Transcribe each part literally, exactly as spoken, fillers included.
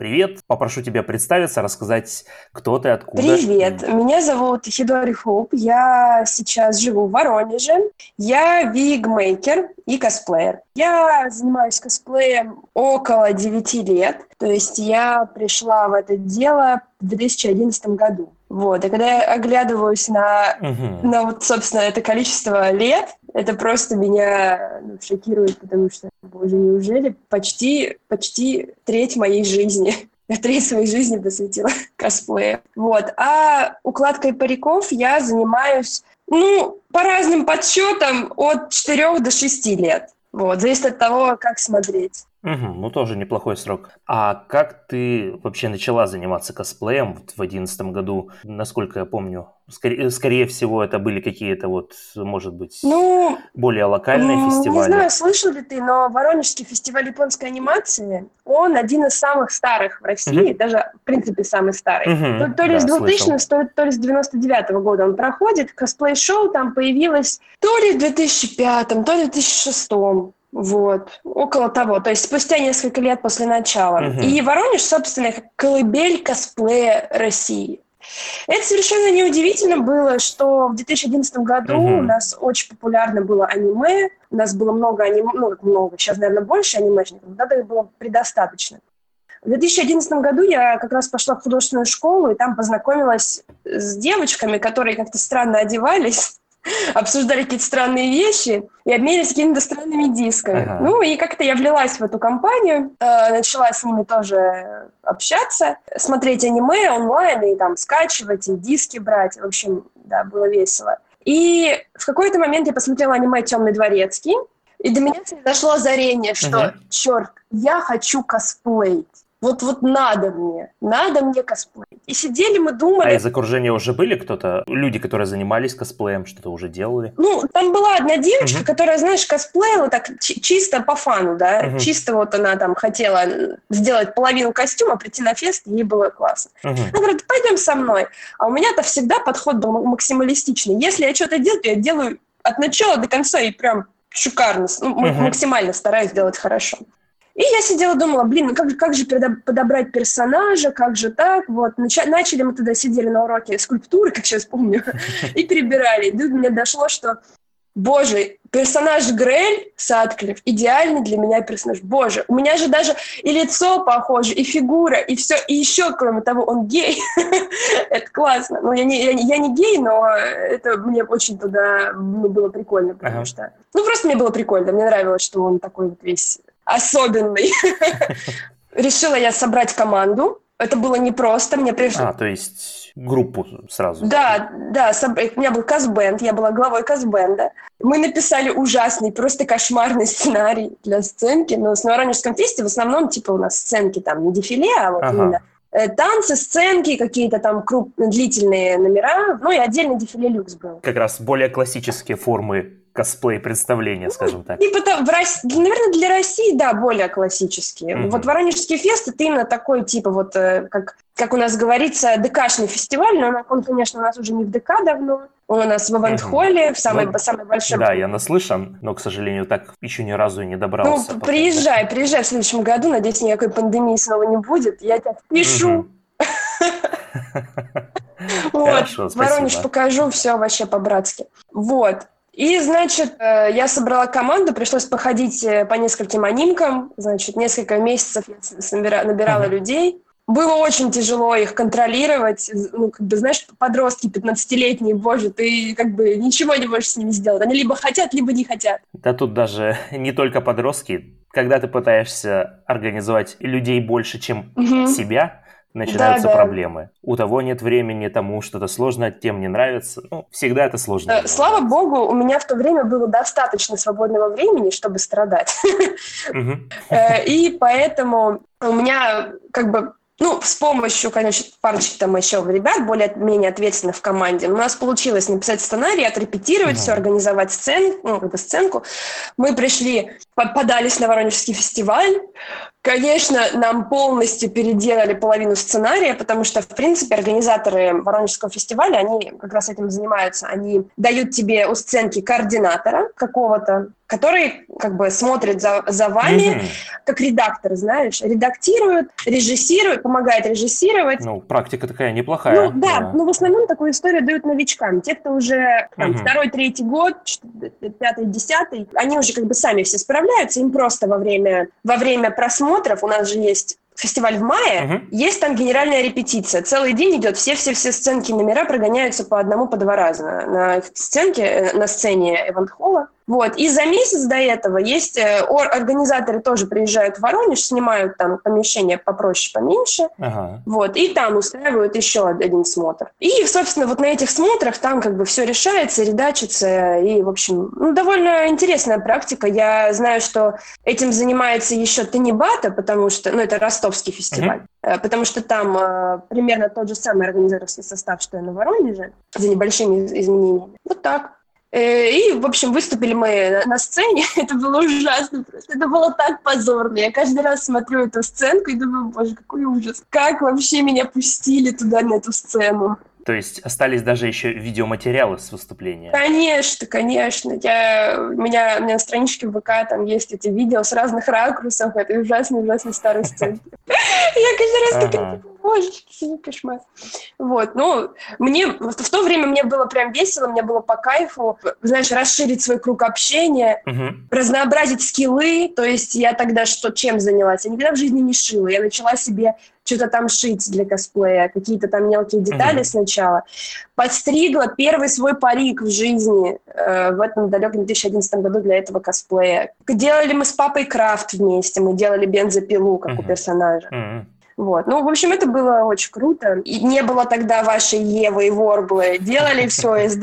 Привет, попрошу тебя представиться, рассказать, кто ты, откуда. Привет, меня зовут Хидори Хоуп, я сейчас живу в Воронеже, я вигмейкер и косплеер. Я занимаюсь косплеем около девяти лет, то есть я пришла в это дело в две тысячи одиннадцатом году. Вот, и когда я оглядываюсь на, Мгм. на вот, собственно, это количество лет, это просто меня ну, шокирует, потому что, боже, неужели почти, почти треть моей жизни. Я треть своей жизни посвятила косплею. Вот. А укладкой париков я занимаюсь, ну, по разным подсчетам, от четырёх до шести лет. Вот. Зависит от того, как смотреть. Мгм, ну, тоже неплохой срок. А как ты вообще начала заниматься косплеем вот в одиннадцатом году? Насколько я помню, скорее, скорее всего, это были какие-то вот, может быть, Ну, более локальные м, не фестивали. знаю, слышал ли ты, но Воронежский фестиваль японской анимации, он один из самых старых в России, Мгм. даже, в принципе, самый старый. То, Мгм, то ли с да, слышал. двухтысячного, то, то ли с девяносто девятого года он проходит. Косплей-шоу там появилось то ли в две тысячи пятом, то ли в две тысячи шестом. Вот, около того, то есть спустя несколько лет после начала. И Мгм. Воронеж, собственно, как колыбель косплея России. Это совершенно неудивительно было, что в две тысячи одиннадцатом году у Мгм. нас очень популярно было аниме, у нас было много аниме, ну, как много, сейчас, наверное, больше анимешников, но тогда их было предостаточно. В две тысячи одиннадцатом году я как раз пошла в художественную школу, и там познакомилась с девочками, которые как-то странно одевались, обсуждали какие-то странные вещи и обменивались какими-то странными дисками. Ага. Ну, и как-то я влилась в эту компанию, э, начала с ними тоже общаться, смотреть аниме онлайн и там скачивать, и диски брать. В общем, да, было весело. И в какой-то момент я посмотрела аниме «Темный дворецкий», и до меня дошло озарение, что, Мгм. черт, я хочу косплеить. Вот, вот надо мне, надо мне косплей. И сидели мы, А думали. из окружения уже были кто-то, люди, которые занимались косплеем, что-то уже делали? Ну, там была одна девочка, Мгм. которая, знаешь, косплеила так чи- чисто по фану, да, Мгм. чисто вот она там хотела сделать половину костюма, прийти на фест, и ей было классно. Мгм. Она говорит, пойдем со мной. А у меня-то всегда подход был максималистичный. Если я что-то делаю, то я делаю от начала до конца и прям шикарно, ну, Мгм. максимально стараюсь делать хорошо. И я сидела, думала, блин, ну как, же- как же подобрать персонажа, как же так, вот. Нача- начали мы тогда, сидели на уроке скульптуры, как сейчас помню, и перебирали. И до меня дошло, что, боже, персонаж Грэль Сатклифф идеальный для меня персонаж. Боже, у меня же даже и лицо похоже, и фигура, и все. И еще, кроме того, он гей. Это классно. Ну, я не, я, не- я не гей, но это мне очень туда ну, было прикольно, потому Ага. что... Ну, просто мне было прикольно. Мне нравилось, что он такой вот весь особенный. Решила я собрать команду. Это было непросто. Мне пришло... А, то есть группу сразу. Да, да, соб- у меня был казбенд, я была главой казбенда. Мы написали ужасный, просто кошмарный сценарий для сценки, но с Воронежском фесте в основном, типа, у нас сценки там не дефиле, а вот именно Ага. э, танцы, сценки, какие-то там крупные, длительные номера, ну и отдельно дефиле люкс был. Как раз более классические формы косплей-представления, скажем так. Типа, там, в Рос... наверное, для России, да, более классические. Вот Мгм. Воронежский фест — это именно такой, типа, вот, э, как, как у нас говорится, ДКшный фестиваль, но он, он, конечно, у нас уже не в ДК давно, он у нас в Мгм. Ивент-холле, в самой, Ну, самой большой... да, я наслышан, но, к сожалению, так еще ни разу и не Ну, добрался п- пока. Да. приезжай, приезжай в следующем году, надеюсь, никакой пандемии снова не будет, я тебя впишу, Мгм. вот, Хорошо, Воронеж спасибо. покажу, все вообще по-братски. Вот. И, значит, э, я собрала команду, пришлось походить э, по нескольким анимкам, значит, несколько месяцев я с- собира- набирала Мгм. людей. Было очень тяжело их контролировать. Ну, как бы, знаешь, подростки пятнадцатилетние, боже, ты как бы ничего не можешь с ними сделать. Они либо хотят, либо не хотят. Да тут даже не только подростки. Когда ты пытаешься организовать людей больше, чем Мгм. себя, Да, начинаются да. проблемы. У того нет времени, тому что-то сложно, тем не нравится. Ну, всегда это сложное Э, дело, Слава да. богу, у меня в то время было достаточно свободного времени, чтобы страдать. Мгм. Э, И поэтому у меня как бы, ну, с помощью, конечно, парочки там еще ребят, более-менее ответственных в команде, у нас получилось написать сценарий, отрепетировать все, Мгм. организовать сцен, ну, как бы сценку. Мы пришли, по- подались на Воронежский фестиваль. Конечно, нам полностью переделали половину сценария, потому что, в принципе, организаторы Воронежского фестиваля, они как раз этим занимаются. Они дают тебе у сценки координатора какого-то, который как бы смотрит за, за вами, mm-hmm. как редактор, знаешь, редактирует, режиссирует, помогает режиссировать. Ну, практика такая неплохая. Ну, да, да. Но в основном такую историю дают новичкам. Те, кто уже там, mm-hmm. второй, третий год, пятый, десятый, они уже как бы сами все справляются, им просто во время, во время просмотров, у нас же есть фестиваль в мае, uh-huh. есть там генеральная репетиция. Целый день идет, все-все-все сценки, номера прогоняются по одному, по два раза на, на сценке, на сцене Эвент-холла. Вот. И за месяц до этого есть организаторы тоже приезжают в Воронеж, снимают там помещение попроще, поменьше. Uh-huh. Вот. И там устраивают еще один смотр. И, собственно, вот на этих смотрах там как бы все решается, редачится. И, в общем, ну, довольно интересная практика. Я знаю, что этим занимается еще Танибата, потому что, ну, это ростовский фестиваль. Uh-huh. Потому что там э, примерно тот же самый организаторский состав, что и на Воронеже, за небольшими изменениями. Вот так. И, в общем, выступили мы на сцене. Это было ужасно просто. Это было так позорно. Я каждый раз смотрю эту сценку и думаю, боже, какой ужас. Как вообще меня пустили туда, на эту сцену? То есть остались даже еще видеоматериалы с выступления? Конечно, конечно. Я, у, меня, у меня на страничке в ВК там есть эти видео с разных ракурсов этой ужасной-ужасной старой сценки. Я каждый раз такая, боже, какой кошмар. Вот, ну, мне в то время мне было прям весело, мне было по кайфу, знаешь, расширить свой круг общения, разнообразить скиллы. То есть я тогда что, чем занялась? Я никогда в жизни не шила. Я начала себе что-то там шить для косплея, какие-то там мелкие детали uh-huh. сначала. Подстригла первый свой парик в жизни э, в этом далеком две тысячи одиннадцатом году для этого косплея. Делали мы с папой крафт вместе, мы делали бензопилу, как uh-huh. у персонажа. Uh-huh. Вот. Ну, в общем, это было очень круто. И не было тогда вашей Евы и Ворблы. Делали все из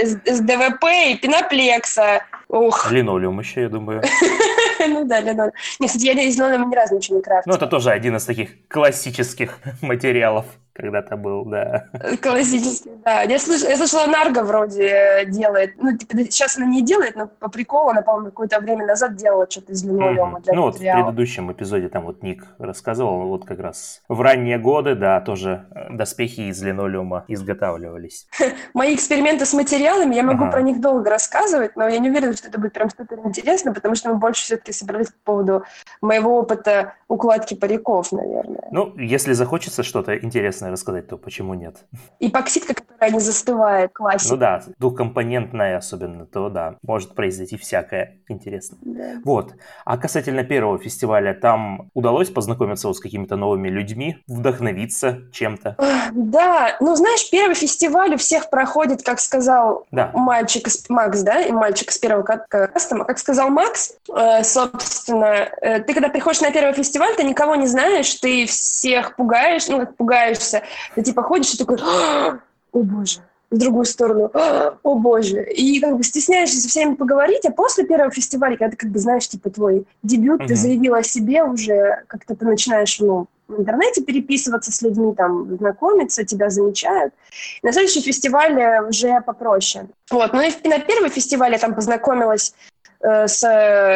ДВП и пеноплекса. Ух. Линолеум еще, я думаю. Ну да, линолеум. Нет, кстати, я из линолеума ни разу ничего не крафтила. Ну, это тоже один из таких классических материалов когда-то был, да. Классический, да. Я слышала, я слышала, Нарго вроде делает. Ну, типа, сейчас она не делает, но по приколу она, по-моему, какое-то время назад делала что-то из линолеума. Mm-hmm. Ну, вот в предыдущем эпизоде там вот Ник рассказывал, вот как раз в ранние годы, да, тоже доспехи из линолеума изготавливались. Мои эксперименты с материалами, я могу ага. про них долго рассказывать, но я не уверена, что это будет прям супер интересно, потому что мы больше все-таки собрались по поводу моего опыта укладки париков, наверное. Ну, если захочется что-то интересное рассказать, то почему нет? Эпоксидка, которая не застывает, классика. Ну да, двухкомпонентная особенно, то да, может произойти всякое интересное. Да. Вот. А касательно первого фестиваля, там удалось познакомиться вот с какими-то новыми людьми, вдохновиться чем-то? Да, ну знаешь, первый фестиваль у всех проходит, как сказал да. мальчик из Макс, да, и мальчик из первого кастома, как сказал Макс, э, собственно, э, ты когда приходишь на первый фестиваль, ты никого не знаешь, ты всех пугаешь, ну как пугаешься, ты типа ходишь и такой, о боже, в другую сторону, о боже, и как бы стесняешься со всеми поговорить, а после первого фестиваля, когда ты как бы знаешь, типа твой дебют, uh-huh. ты заявила о себе уже, как-то ты начинаешь, ну, в интернете переписываться с людьми, там, знакомиться, тебя замечают. И на следующий фестиваль уже попроще. Вот, ну и на первый фестиваль я там познакомилась э, с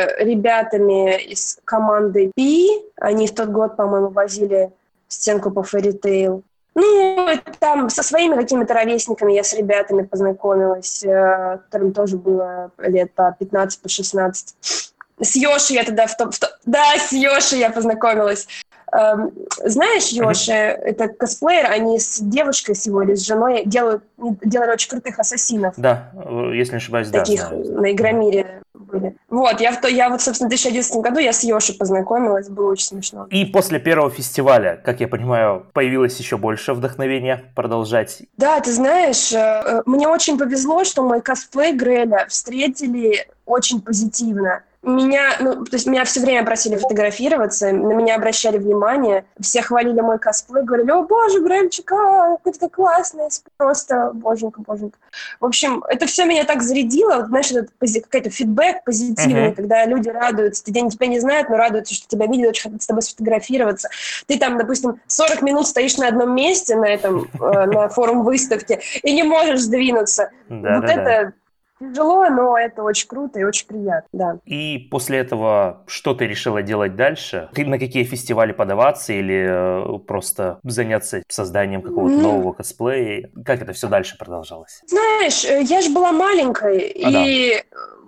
ребятами из команды Пи, они в тот год, по-моему, возили сценку по Fairy Tail. Ну, там со своими какими-то ровесниками я с ребятами познакомилась, э, которым тоже было лет по пятнадцать, по шестнадцать. С Йоши я тогда в том... В том да, с Йоши я познакомилась. Эм, знаешь, Йоши, uh-huh. это косплеер, они с девушкой с его или с женой делают, делали очень крутых ассасинов. Да, если не ошибаюсь, таких, да. Таких на Игромире были. Вот, я, в то, я вот, собственно, в две тысячи одиннадцатом году я с Йоши познакомилась, было очень смешно. И после первого фестиваля, как я понимаю, появилось еще больше вдохновения продолжать? Да, ты знаешь, мне очень повезло, что мой косплей Греля встретили очень позитивно. Меня, ну, то есть меня все время просили фотографироваться, на меня обращали внимание, все хвалили мой косплей, говорили, о боже, Грельчик, а, какой ты классный, просто боженька, боженька. В общем, это все меня так зарядило, вот, знаешь, это какой-то фидбэк позитивный, uh-huh. когда люди радуются, они тебя не знают, но радуются, что тебя видят, очень хотят с тобой сфотографироваться. Ты там, допустим, сорок минут стоишь на одном месте на этом, э, на форум-выставке и не можешь сдвинуться. Да, вот да, это... Да. Тяжело, но это очень круто и очень приятно, да. И после этого что ты решила делать дальше? Ты на какие фестивали подаваться или э, просто заняться созданием какого-то mm. нового косплея? Как это все дальше продолжалось? Знаешь, я же была маленькой, а и... Да.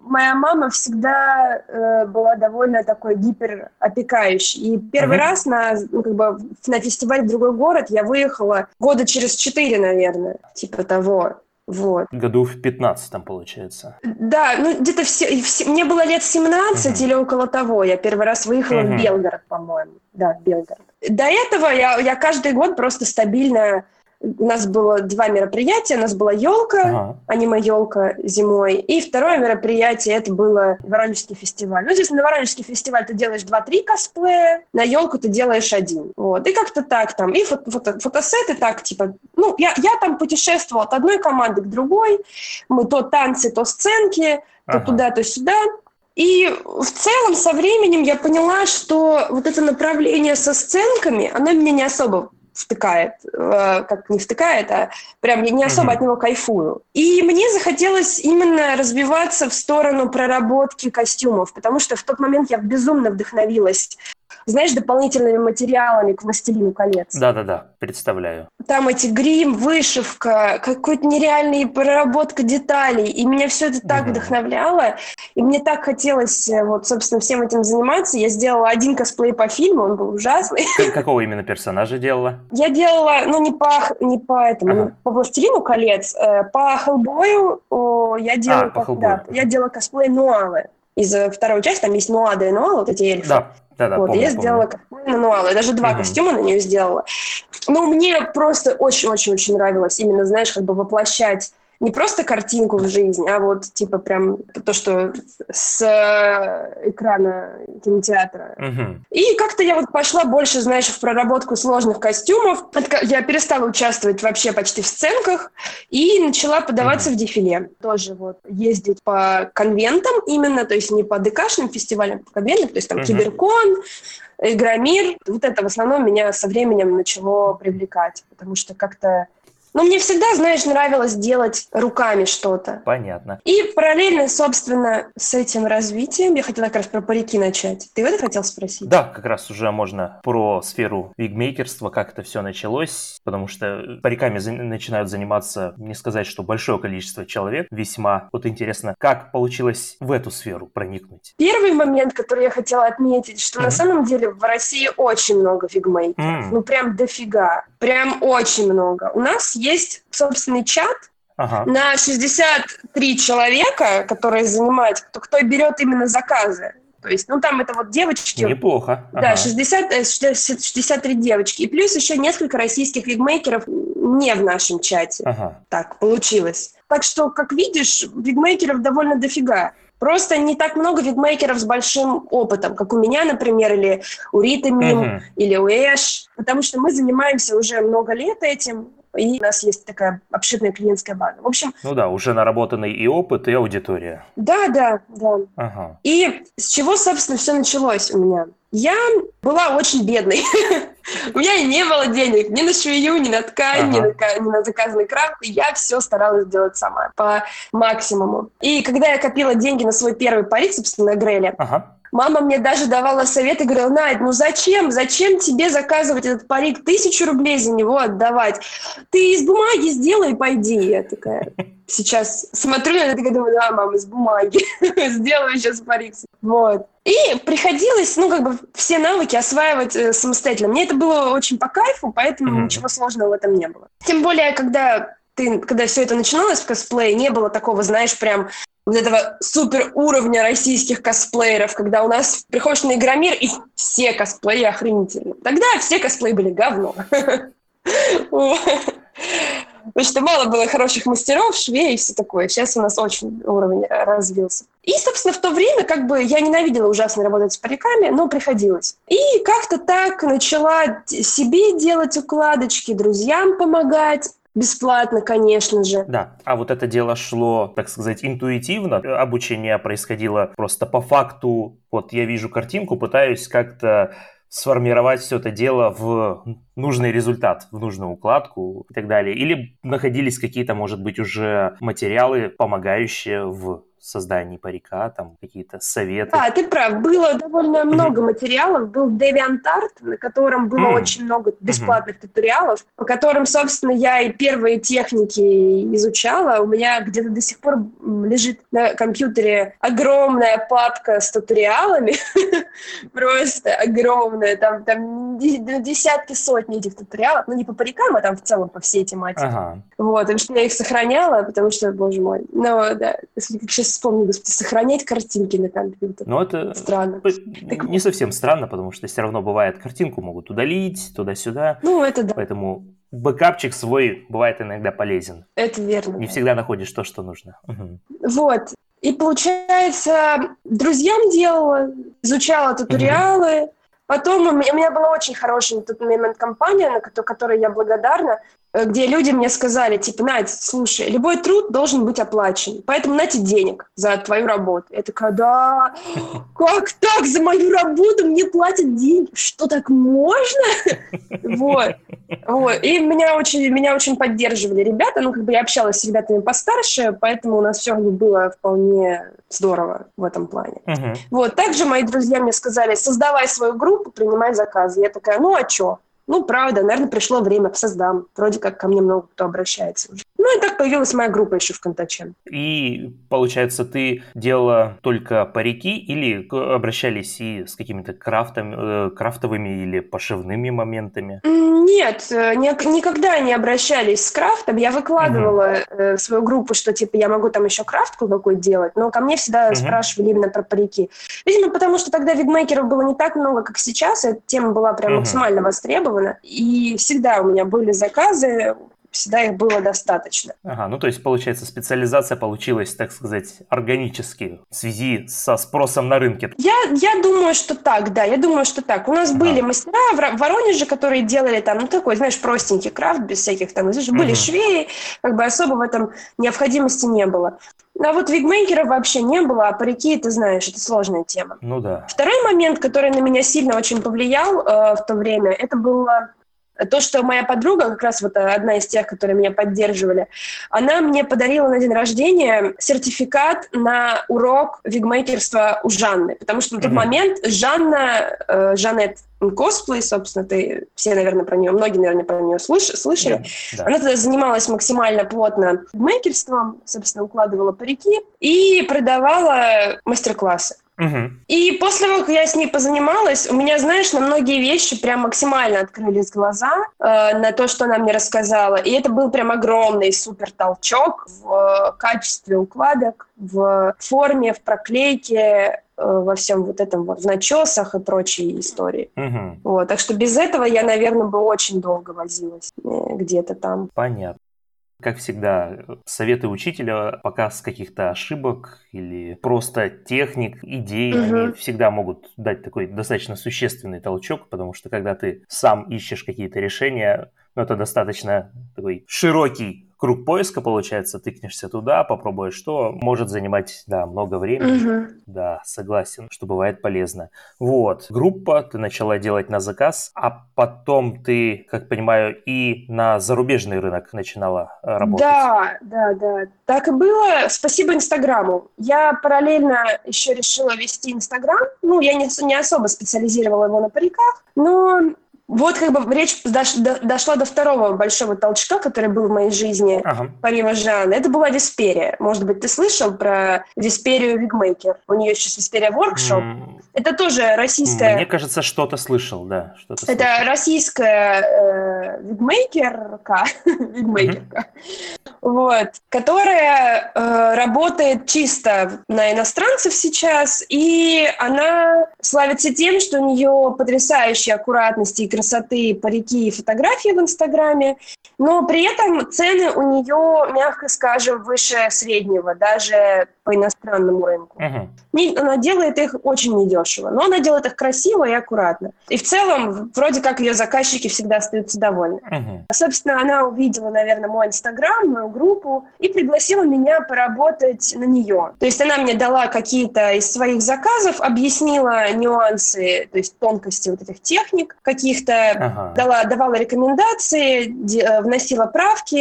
моя мама всегда э, была довольно такой гиперопекающей. И первый uh-huh. раз на, ну, как бы, на фестиваль в другой город я выехала года через четыре, наверное, типа того. Вот. Году в пятнадцатом, получается. Да, ну где-то все, все мне было лет семнадцать uh-huh. или около того. Я первый раз выехала uh-huh. в Белгород, по-моему. Да, в Белгород. До этого я, я каждый год просто стабильно... У нас было два мероприятия. У нас была елка, ага. аниме-елка зимой. И второе мероприятие, это было Воронежский фестиваль. Ну, здесь на Воронежский фестиваль ты делаешь два-три косплея, на елку ты делаешь один. Вот. И как-то так там. И фото- фото- фотосеты так, типа... Ну, я, я там путешествовала от одной команды к другой. Мы то танцы, то сценки, то ага. туда, то сюда. И в целом со временем я поняла, что вот это направление со сценками, оно меня не особо втыкает, э, как не втыкает, а прям я не особо mm-hmm. от него кайфую. И мне захотелось именно развиваться в сторону проработки костюмов, потому что в тот момент я безумно вдохновилась, знаешь, дополнительными материалами к «Властелину колец». Да-да-да, представляю. Там эти грим, вышивка, какая-то нереальная проработка деталей. И меня все это так mm-hmm. вдохновляло. И мне так хотелось, вот, собственно, всем этим заниматься. Я сделала один косплей по фильму, он был ужасный. Какого именно персонажа делала? Я делала, ну, не по, не по этому, ага. по «Властелину колец», по «Хеллбою» я делала, а, как, да, я делала косплей Нуалы. Из второй части там есть Нуада и Нуала, вот эти эльфы. Да. Да-да, вот, помню, я сделала помню. косплей на Нуала. Я даже два угу. костюма на нее сделала. Ну, мне просто очень-очень-очень нравилось именно, знаешь, как бы воплощать не просто картинку в жизнь, а вот типа прям то, что с экрана кинотеатра. Угу. И как-то я вот пошла больше, знаешь, в проработку сложных костюмов. Я перестала участвовать вообще почти в сценках и начала подаваться угу. в дефиле. Тоже вот ездить по конвентам именно, то есть не по ДКшным фестивалям, а по конвентам, то есть там угу. Киберкон, Игромир. Вот это в основном меня со временем начало привлекать, потому что как-то Ну, мне всегда, знаешь, нравилось делать руками что-то. Понятно. И параллельно, собственно, с этим развитием я хотела как раз про парики начать. Ты это хотел спросить? Да, как раз уже можно про сферу вигмейкерства, как это все началось, потому что париками за- начинают заниматься, не сказать, что большое количество человек, весьма. Вот интересно, как получилось в эту сферу проникнуть? Первый момент, который я хотела отметить, что mm-hmm. на самом деле в России очень много вигмейкеров. Mm. Ну, прям дофига. Прям очень много. У нас есть собственный чат, ага. на шестьдесят три человека, которые занимают, кто, кто берет именно заказы. То есть, ну, там это вот девочки. Неплохо. Да, ага. шестьдесят, шестьдесят три девочки. И плюс еще несколько российских вигмейкеров не в нашем чате. Ага. Так получилось. Так что, как видишь, вигмейкеров довольно дофига. Просто не так много вигмейкеров с большим опытом, как у меня, например, или у Риты Мим, uh-huh. или у Эш, потому что мы занимаемся уже много лет этим, и у нас есть такая обширная клиентская база. В общем... Ну да, уже наработанный и опыт, и аудитория. Да, да, да. Uh-huh. И с чего, собственно, все началось у меня? Я была очень бедной. У меня не было денег ни на швею, ни на ткань, ни, на, ни на заказанный крафт. И я все старалась делать сама по максимуму. И когда я копила деньги на свой первый парик, собственно, на Греле, ага. мама мне даже давала совет и говорила: Надь, ну зачем? Зачем тебе заказывать этот парик? Тысячу рублей за него отдавать. Ты из бумаги сделай и пойди. Я такая... Сейчас смотрю на это и думаю: да, мама, из бумаги. Сделаю сейчас парик. Вот. И приходилось, ну, как бы все навыки осваивать э, самостоятельно. Мне это было очень по кайфу, поэтому mm-hmm. ничего сложного в этом не было. Тем более, когда, ты, когда все это начиналось в косплее, не было такого, знаешь, прям вот этого супер уровня российских косплееров, когда у нас приходишь на Игромир, и все косплеи охренительные. Тогда все косплеи были говно. Потому что мало было хороших мастеров, швей и все такое. Сейчас у нас очень уровень развился. И, собственно, в то время как бы я ненавидела ужасно работать с париками, но приходилось. И как-то так начала себе делать укладочки, друзьям помогать. Бесплатно, конечно же. Да, а вот это дело шло, так сказать, интуитивно. Обучение происходило просто по факту. Вот я вижу картинку, пытаюсь как-то сформировать все это дело в нужный результат, в нужную укладку и так далее. Или находились какие-то, может быть, уже материалы, помогающие в создании парика, там какие-то советы. А, ты прав, было довольно много материалов, был DeviantArt, на котором было М. очень много бесплатных туториалов, по которым, собственно, я и первые техники изучала. У меня где-то до сих пор м, лежит на компьютере огромная папка с туториалами, просто огромная, там, там ди- десятки, сотни этих туториалов, ну не по парикам, а там в целом по всей тематике. Ага. Вот, потому что я их сохраняла, потому что, боже мой, ну да, если как сейчас вспомню, господи, сохранять картинки на компьютер. Но это Странно. п- Так не совсем странно, потому что все равно бывает, картинку могут удалить туда-сюда, Ну, это да, поэтому бэкапчик свой бывает иногда полезен. это верно. Не да. всегда находишь то, что нужно. Мгм. Вот. И получается, друзьям делала, изучала туториалы. Потом у меня, у меня была очень хорошая на тот момент компания, на ко- которой я благодарна, э, где люди мне сказали, типа, Надь, слушай, любой труд должен быть оплачен, поэтому нате денег за твою работу. Я такая, да, как так, за мою работу мне платят деньги? Что, так можно? Вот. Вот. И меня очень, меня очень поддерживали ребята, ну, как бы я общалась с ребятами постарше, поэтому у нас все было вполне здорово в этом плане. Мгм. Вот. Также мои друзья мне сказали, создавай свою группу, принимай заказы. Я такая, ну, а чё? Ну, правда, наверное, пришло время, создам. Вроде как ко мне много кто обращается уже. Ну, и так появилась моя группа еще ВКонтаче. И, получается, ты делала только парики или к- обращались и с какими-то крафтами, э, крафтовыми или пошивными моментами? М, Нет, э, ни- никогда не обращались с крафтом. Я выкладывала э, в свою группу, что типа я могу там еще крафтку какую-то делать, но ко мне всегда Мгм. спрашивали именно про парики. Видимо, потому что тогда вигмейкеров было не так много, как сейчас, и эта тема была прям Мгм. максимально востребована. И всегда у меня были заказы, всегда их было достаточно. Ага, ну то есть, получается, специализация получилась, так сказать, органически в связи со спросом на рынке. Я, я думаю, что так, да, я думаю, что так. У нас Ага. были мастера в Ра- в Воронеже, которые делали там, ну, такой, знаешь, простенький крафт, без всяких там, знаешь, были Мгм. швеи, как бы особо в этом необходимости не было. А вот вигмейкеров вообще не было, а парики, ты знаешь, это сложная тема. Ну да. Второй момент, который на меня сильно очень повлиял э, в то время, это было то, что моя подруга, как раз вот одна из тех, которые меня поддерживали, она мне подарила на день рождения сертификат на урок вигмейкерства у Жанны. Потому что на тот Мгм. момент Жанна, э, Жанет Косплей, собственно, ты все, наверное, про нее, многие, наверное, про нее слыш- слышали. Да. Она тогда занималась максимально плотно вигмейкерством, собственно, укладывала парики и продавала мастер-классы. Мгм. И после того, как я с ней позанималась, у меня, знаешь, на многие вещи прям максимально открылись глаза э, на то, что она мне рассказала. И это был прям огромный супер толчок в э, качестве укладок, в форме, в проклейке, э, во всем вот этом вот, в начесах и прочей истории. Мгм. Вот. Так что без этого я, наверное, бы очень долго возилась э, где-то там. Понятно. Как всегда, советы учителя, показ каких-то ошибок или просто техник, идей, Мгм. они всегда могут дать такой достаточно существенный толчок, потому что когда ты сам ищешь какие-то решения, ну, это достаточно такой широкий круг поиска, получается, тыкнешься туда, попробуешь что, может занимать, да, много времени. Мгм. Да, согласен, что бывает полезно. Вот, группа ты начала делать на заказ, а потом ты, как понимаю, и на зарубежный рынок начинала э, работать. Да, да, да. Так и было. Спасибо Инстаграму. Я параллельно еще решила вести Инстаграм. Ну, я не, не особо специализировала его на париках, но вот как бы речь дош- до- дошла до второго большого толчка, который был в моей жизни, Ага. помимо Жанны. Это была Висперия. Может быть, ты слышал про Висперию Вигмейкер? У нее сейчас Висперия Воркшоп. М, Это тоже российская... Мне кажется, что-то слышал, да, что-то Это слышал. российская э, вигмейкерка, вигмейкерка, вот, которая э, работает чисто на иностранцев сейчас, и она славится тем, что у нее потрясающие аккуратности и красоты парики и фотографии в Инстаграме, но при этом цены у нее, мягко скажем, выше среднего, даже по иностранному рынку. Мгм. Не- Она делает их очень недешево, но она делает их красиво и аккуратно. И в целом, вроде как ее заказчики всегда остаются довольны. Мгм. Собственно, она увидела, наверное, мой Инстаграм, мою группу и пригласила меня поработать на нее. То есть она мне дала какие-то из своих заказов, объяснила нюансы, то есть тонкости вот этих техник каких-то, Ага. дала, давала рекомендации, де- вносила правки.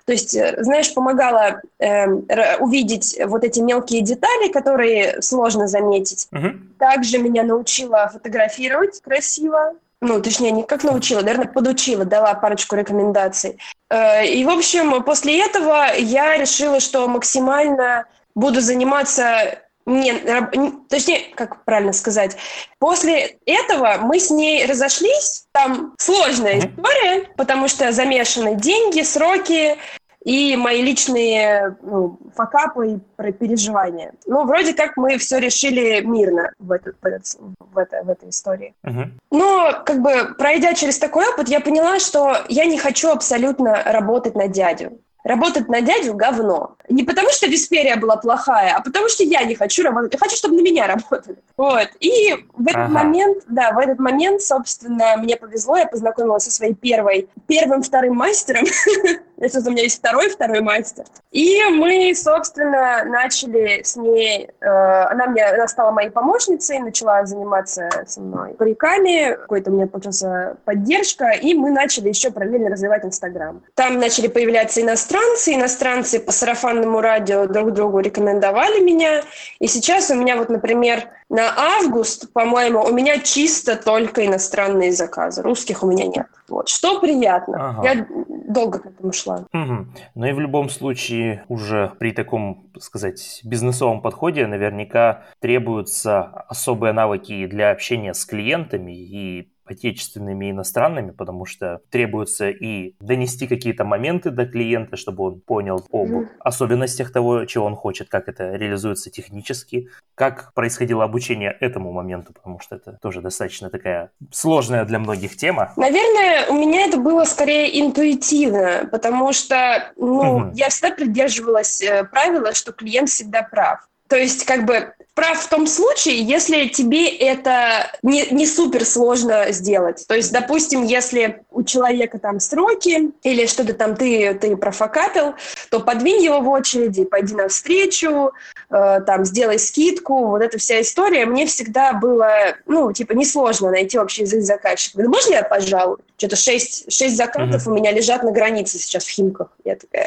То есть, знаешь, помогала э, увидеть вот эти мелкие детали, которые сложно заметить. Угу. Также меня научила фотографировать красиво. Ну, точнее, не как научила, наверное, подучила, дала парочку рекомендаций. Э, и, в общем, после этого я решила, что максимально буду заниматься... Не, точнее, как правильно сказать, после этого мы с ней разошлись, там сложная Mm-hmm. история, потому что замешаны деньги, сроки и мои личные ну, факапы и переживания. Ну, вроде как мы все решили мирно в, этот, в, этот, в, это, в этой истории. Mm-hmm. Но, как бы, пройдя через такой опыт, я поняла, что я не хочу абсолютно работать на дядю. Работать на дядю – говно. Не потому, что Весперия была плохая, а потому, что я не хочу работать. Я хочу, чтобы на меня работали. Вот. И в этот ага. момент, да, в этот момент, собственно, мне повезло. Я познакомилась со своей первой, первым вторым мастером. Если у меня есть второй, второй мастер. И мы, собственно, начали с ней... Э, она, мне, она стала моей помощницей, начала заниматься со мной париками. Какой-то у меня получился поддержка. И мы начали еще параллельно развивать Инстаграм. Там начали появляться иностранцы. Иностранцы, иностранцы по сарафанному радио друг другу рекомендовали меня. И сейчас у меня вот, например, на август, по-моему, у меня чисто только иностранные заказы. Русских у меня нет. Вот. Что приятно. Ага. Я долго к этому шла. Угу. Но и в любом случае уже при таком, так сказать, бизнесовом подходе наверняка требуются особые навыки для общения с клиентами и отечественными и иностранными, потому что требуется и донести какие-то моменты до клиента, чтобы он понял об mm. особенностях того, чего он хочет, как это реализуется технически, как происходило обучение этому моменту, потому что это тоже достаточно такая сложная для многих тема. Наверное, у меня это было скорее интуитивно, потому что ну, mm-hmm. я всегда придерживалась правила, что клиент всегда прав. То есть, как бы, прав в том случае, если тебе это не, не супер сложно сделать. То есть, допустим, если у человека там сроки или что-то там ты, ты профокапил, то подвинь его в очереди, пойди навстречу, э, там, сделай скидку. Вот эта вся история. Мне всегда было, ну, типа, несложно найти общий язык с заказчиком. Можно я, пожалуй? Что-то шесть, шесть заказов mm-hmm. у меня лежат на границе сейчас в Химках. Я такая...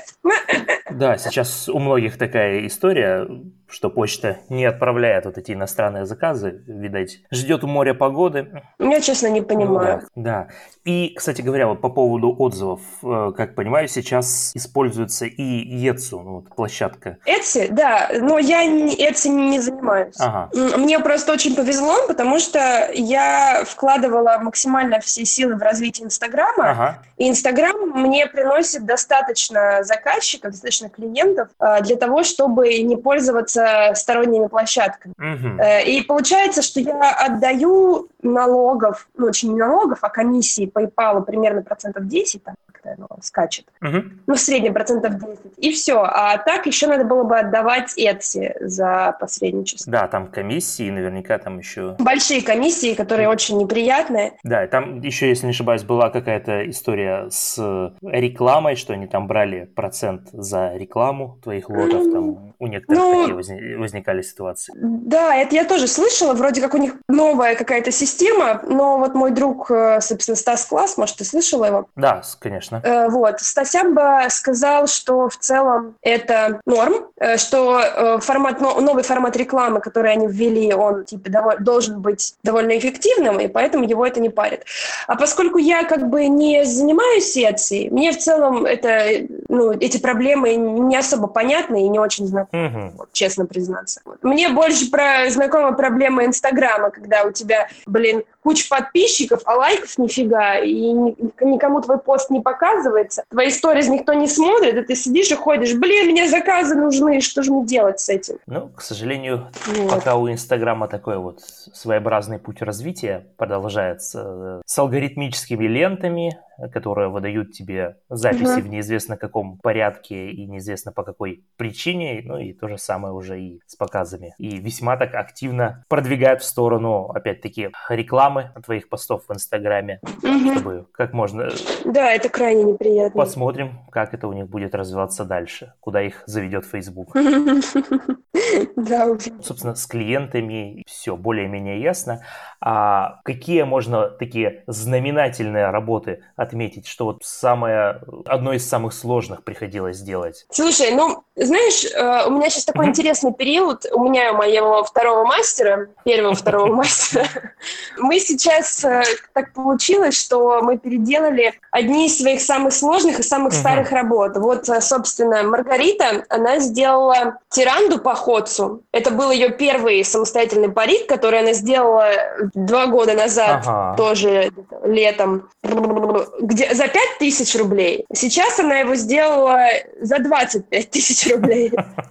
Да, сейчас у многих такая история, что почта не отправляет вот эти иностранные заказы, видать, ждет у моря погоды. Я, честно, не понимаю. Ну, да, да. И, кстати говоря, вот по поводу отзывов, как понимаю, сейчас используется и Etsy, ну, вот площадка. Etsy, да, но я Etsy не занимаюсь. Ага. Мне просто очень повезло, потому что я вкладывала максимально все силы в развитие Инстаграма, ага. и Инстаграм мне приносит достаточно заказчиков, достаточно клиентов для того, чтобы не пользоваться сторонними площадками. Угу. И получается, что я отдаю налогов, ну, очень не налогов, а комиссии PayPal примерно процентов десять, там, когда оно скачет. Угу. Ну, в среднем процентов десять. И все. А так еще надо было бы отдавать Etsy за посредничество. Да, там комиссии, наверняка там еще... Большие комиссии, которые очень неприятные. Да, и там еще, если не ошибаюсь, была какая-то история с рекламой, что они там брали процент за рекламу твоих лотов, mm-hmm. там у некоторых ну, такие возник, возникали ситуации. Да, это я тоже слышала, вроде как у них новая какая-то система, но вот мой друг, собственно, Стас Класс, может, ты слышала его? Да, конечно. Вот, Стасямба сказал, что в целом это норм, что формат, новый формат рекламы, который они ввели, он типа довольно, должен быть довольно эффективным, и поэтому его это не парит. А поскольку я как бы не занимаюсь Etsy, мне в целом это, ну, эти проблемы не особо понятны и не очень знакомы, угу. вот, честно признаться. Мне больше про, знакома проблема Инстаграма, когда у тебя, блин, куча подписчиков, а лайков нифига, и никому твой пост не показывается, твои сторис никто не смотрит, и ты сидишь и ходишь, блин, мне заказы нужны, что же мне делать с этим? Ну, к сожалению, вот. Пока у Инстаграма такой вот своеобразный путь развития продолжается с алгоритмическими лентами, которые выдают тебе записи uh-huh. в неизвестно каком порядке и неизвестно по какой причине, ну и то же самое уже и с показами. И весьма так активно продвигают в сторону, опять-таки, рекламы рекламы твоих постов в Инстаграме, Мгм. чтобы как можно... Да, это крайне неприятно. Посмотрим, как это у них будет развиваться дальше, куда их заведет Facebook. Да, увидим. Собственно, с клиентами все более-менее ясно. А какие можно такие знаменательные работы отметить, что вот самое, одно из самых сложных приходилось сделать? Слушай, ну, знаешь, э, у меня сейчас такой Мгм. интересный период. У меня и у моего второго мастера, первого второго мастера, мы сейчас, э, так получилось, что мы переделали одни из своих самых сложных и самых Мгм. старых работ. Вот, э, собственно, Маргарита, она сделала тиранду по Ходсу. Это был ее первый самостоятельный парик, который она сделала два года назад, Ага. тоже летом, где, за пять тысяч рублей. Сейчас она его сделала за двадцать пять тысяч рублей.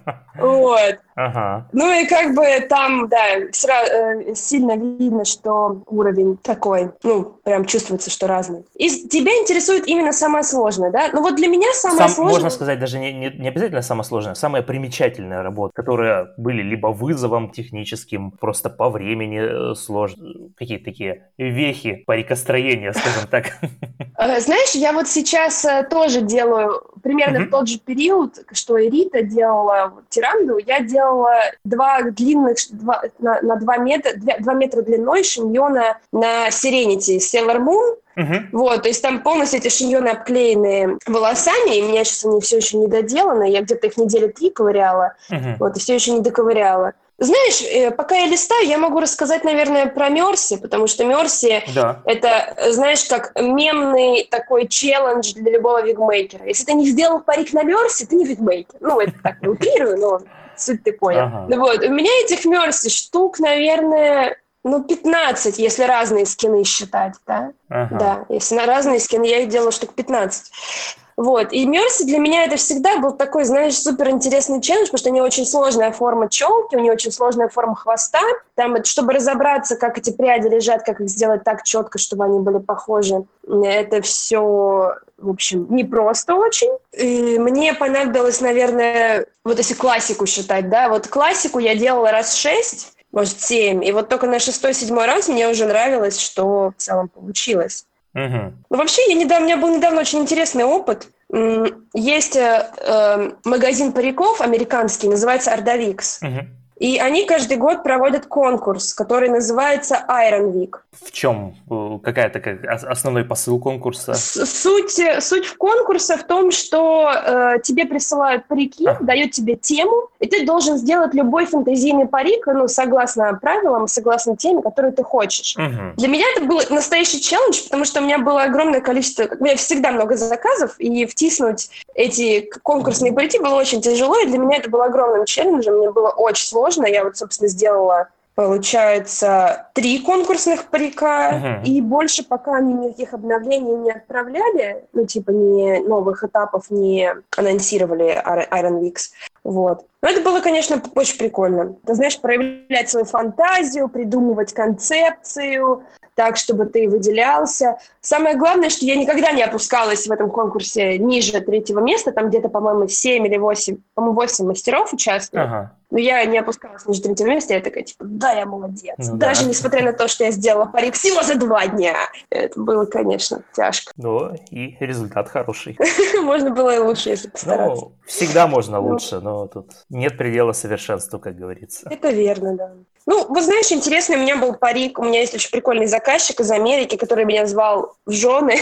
Вот. Ага. Ну и как бы там, да, сра- э, сильно видно, что уровень такой, ну, прям чувствуется, что разный. И с- тебя интересует именно самое сложное, да? Ну вот для меня самое Сам, сложное... можно сказать, даже не, не, не обязательно самое сложное, самые примечательные работы, которые были либо вызовом техническим, просто по времени э, сложные, какие-то такие вехи парикостроения, скажем так. Э, Знаешь, я вот сейчас э, тоже делаю примерно в Мгм. тот же период, что и Рита делала вот тиранду. Я делала два длинных, ш- два, на, на два метра, две- два метра длиной шиньона на Serenity Sailor Moon. Мгм. Вот, то есть там полностью эти шиньоны обклеены волосами, и у меня сейчас они все еще не доделаны. Я где-то их недели три ковыряла, Мгм. вот, и все еще не доковыряла. Знаешь, э, пока я листаю, я могу рассказать, наверное, про Мерси, потому что Мерси Да. это, э, знаешь, как мемный такой челлендж для любого вигмейкера. Если ты не сделал парик на Мерси, ты не вигмейкер. Ну, это так, я утрирую, но суть ты понял. Ага. Ну вот, у меня этих Мерси штук, наверное, ну, пятнадцать, если разные скины считать, да? Ага. Да, если на разные скины, я их делала штук пятнадцать. Вот, и Мерси для меня это всегда был такой, знаешь, супер интересный челлендж, потому что у нее очень сложная форма челки, у нее очень сложная форма хвоста. Там, чтобы разобраться, как эти пряди лежат, как их сделать так четко, чтобы они были похожи, это все, в общем, непросто очень. И мне понадобилось, наверное, вот если классику считать, да, вот классику я делала раз шесть, может, семь, и вот только на шестой-седьмой раз мне уже нравилось, что в целом получилось. Мгм. Ну, вообще, я недавно, у меня был недавно очень интересный опыт. М, Есть э, э, магазин париков американский, называется Ardavix. Мгм. И они каждый год проводят конкурс, который называется Iron Week. В чем э, какая такая ос- основной посыл конкурса? С- Суть, э, суть в конкурсе в том, что э, тебе присылают парики, Ага. дают тебе тему, и ты должен сделать любой фэнтезийный парик, ну, согласно правилам, согласно теме, которую ты хочешь. Мгм. Для меня это был настоящий челлендж, потому что у меня было огромное количество, у меня всегда много заказов, и втиснуть эти конкурсные парики было очень тяжело, и для меня это было огромным челленджем, мне было очень сложно. Я вот, собственно, сделала, получается, три конкурсных парика, Мгм. и больше пока они никаких обновлений не отправляли, ну, типа, ни новых этапов не анонсировали Ар- Iron Weeks. Вот. Но это было, конечно, очень прикольно. Ты знаешь, проявлять свою фантазию, придумывать концепцию, так, чтобы ты выделялся. Самое главное, что я никогда не опускалась в этом конкурсе ниже третьего места, там где-то, по-моему, семь или восемь, по-моему, восемь мастеров участвуют. Ага. Но я не опускалась ниже третьего места, я такая, типа, да, я молодец. Ну Даже да. несмотря на то, что я сделала парик всего за два дня. Это было, конечно, тяжко. Ну, и результат хороший. Можно было и лучше, если постараться. Ну, всегда можно Ну. лучше, но тут нет предела совершенству, как говорится. Это верно, да. Ну, вот знаешь, интересный у меня был парик. У меня есть очень прикольный заказчик из Америки, который меня звал в жены.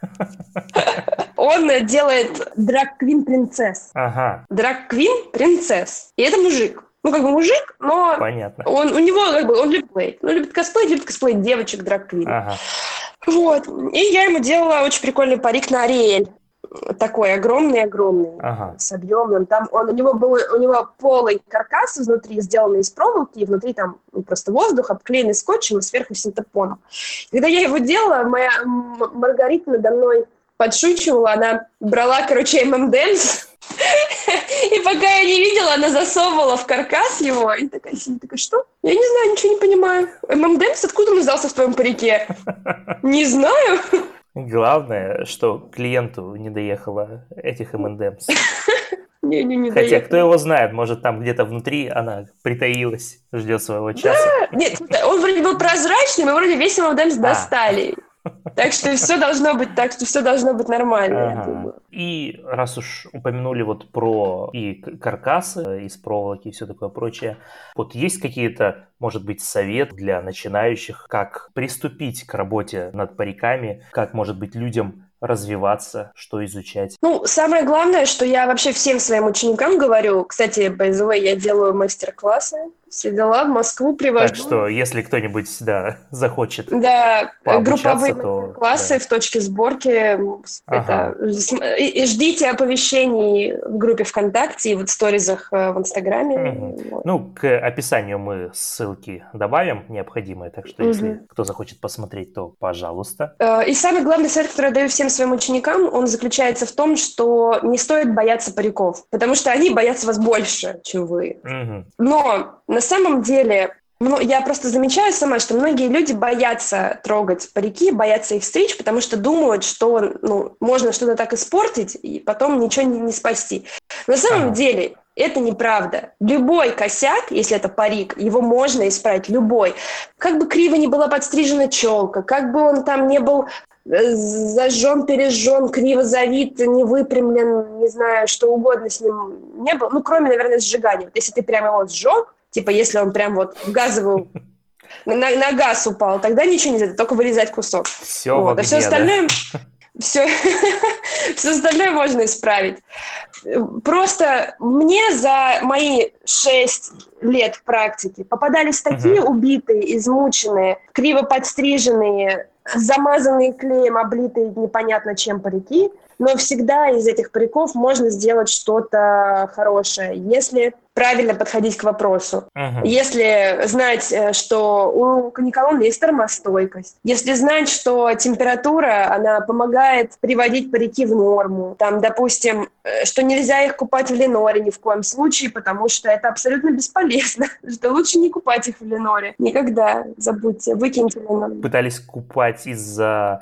Он делает драг-квин принцесс. Ага, Драг-квин принцесс. И это мужик. Ну, как бы мужик, но понятно. он, у него как бы, он любит косплей. Ну, любит косплей, любит косплей девочек драг-квин. Ага. Вот. И я ему делала очень прикольный парик на Ариэль. Такой огромный-огромный, Ага. с объемным. Там он, у него был у него полый каркас изнутри, сделанный из проволоки, и внутри там просто воздух, обклеенный скотчем, и сверху синтепоном. Когда я его делала, моя м- Маргарита надо мной подшучивала, она брала, короче, эм эм энд эмс, и пока я не видела, она засовывала в каркас его, и такая сидит, такая, что? Я не знаю, ничего не понимаю. эм эм энд эмс, откуда он взялся в твоем парике? Не знаю. Главное, что клиенту не доехало этих эм энд эмс. не, не, не Хотя, доехали. кто его знает, может, там где-то внутри она притаилась, ждет своего часа. Да, нет, он вроде был прозрачным, и вроде весь эм энд эмс достали. Так что все должно быть, так что все должно быть нормально, ага. Я думаю. И раз уж упомянули вот про и каркасы из проволоки и все такое прочее, вот есть какие-то, может быть, советы для начинающих, как приступить к работе над париками, как, может быть, людям развиваться, что изучать? Ну, самое главное, что я вообще всем своим ученикам говорю, кстати, by the way, я делаю мастер-классы, все дела, в Москву привожу. Так что, если кто-нибудь, да, захочет да, групповые то, мастер-классы да. в точке сборки, ага. это, и, и ждите оповещений в группе ВКонтакте и в сторизах в Инстаграме. Угу. Вот. Ну, к описанию мы ссылки добавим необходимые, так что, угу. если кто захочет посмотреть, то пожалуйста. И самый главный совет, который я даю всем своим ученикам, он заключается в том, что не стоит бояться париков, потому что они боятся вас больше, чем вы. Угу. Но на самом деле, ну, я просто замечаю сама, что многие люди боятся трогать парики, боятся их стричь, потому что думают, что ну, можно что-то так испортить, и потом ничего не, не спасти. На самом ага. деле это неправда. Любой косяк, если это парик, его можно исправить, любой. Как бы криво ни была подстрижена челка, как бы он там не был зажжен, пережжен, криво завит, не выпрямлен, не знаю, что угодно с ним не было. Ну, кроме, наверное, сжигания. Вот если ты прямо его сжег, типа если он прям вот в газовую, на, на газ упал, тогда ничего не надо, только вырезать кусок. Все вот. в огне, а все остальное, да? все, все остальное можно исправить. Просто мне за мои шесть лет практики попадались такие uh-huh. убитые, измученные, криво подстриженные, замазанные клеем, облитые непонятно чем парики, но всегда из этих париков можно сделать что-то хорошее, если правильно подходить к вопросу. Uh-huh. Если знать, что у каниколон есть термостойкость, если знать, что температура, она помогает приводить парики в норму, там, допустим, что нельзя их купать в леноре ни в коем случае, потому что это абсолютно бесполезно, что лучше не купать их в леноре. Никогда, забудьте, выкиньте ленор. Пытались купать из-за...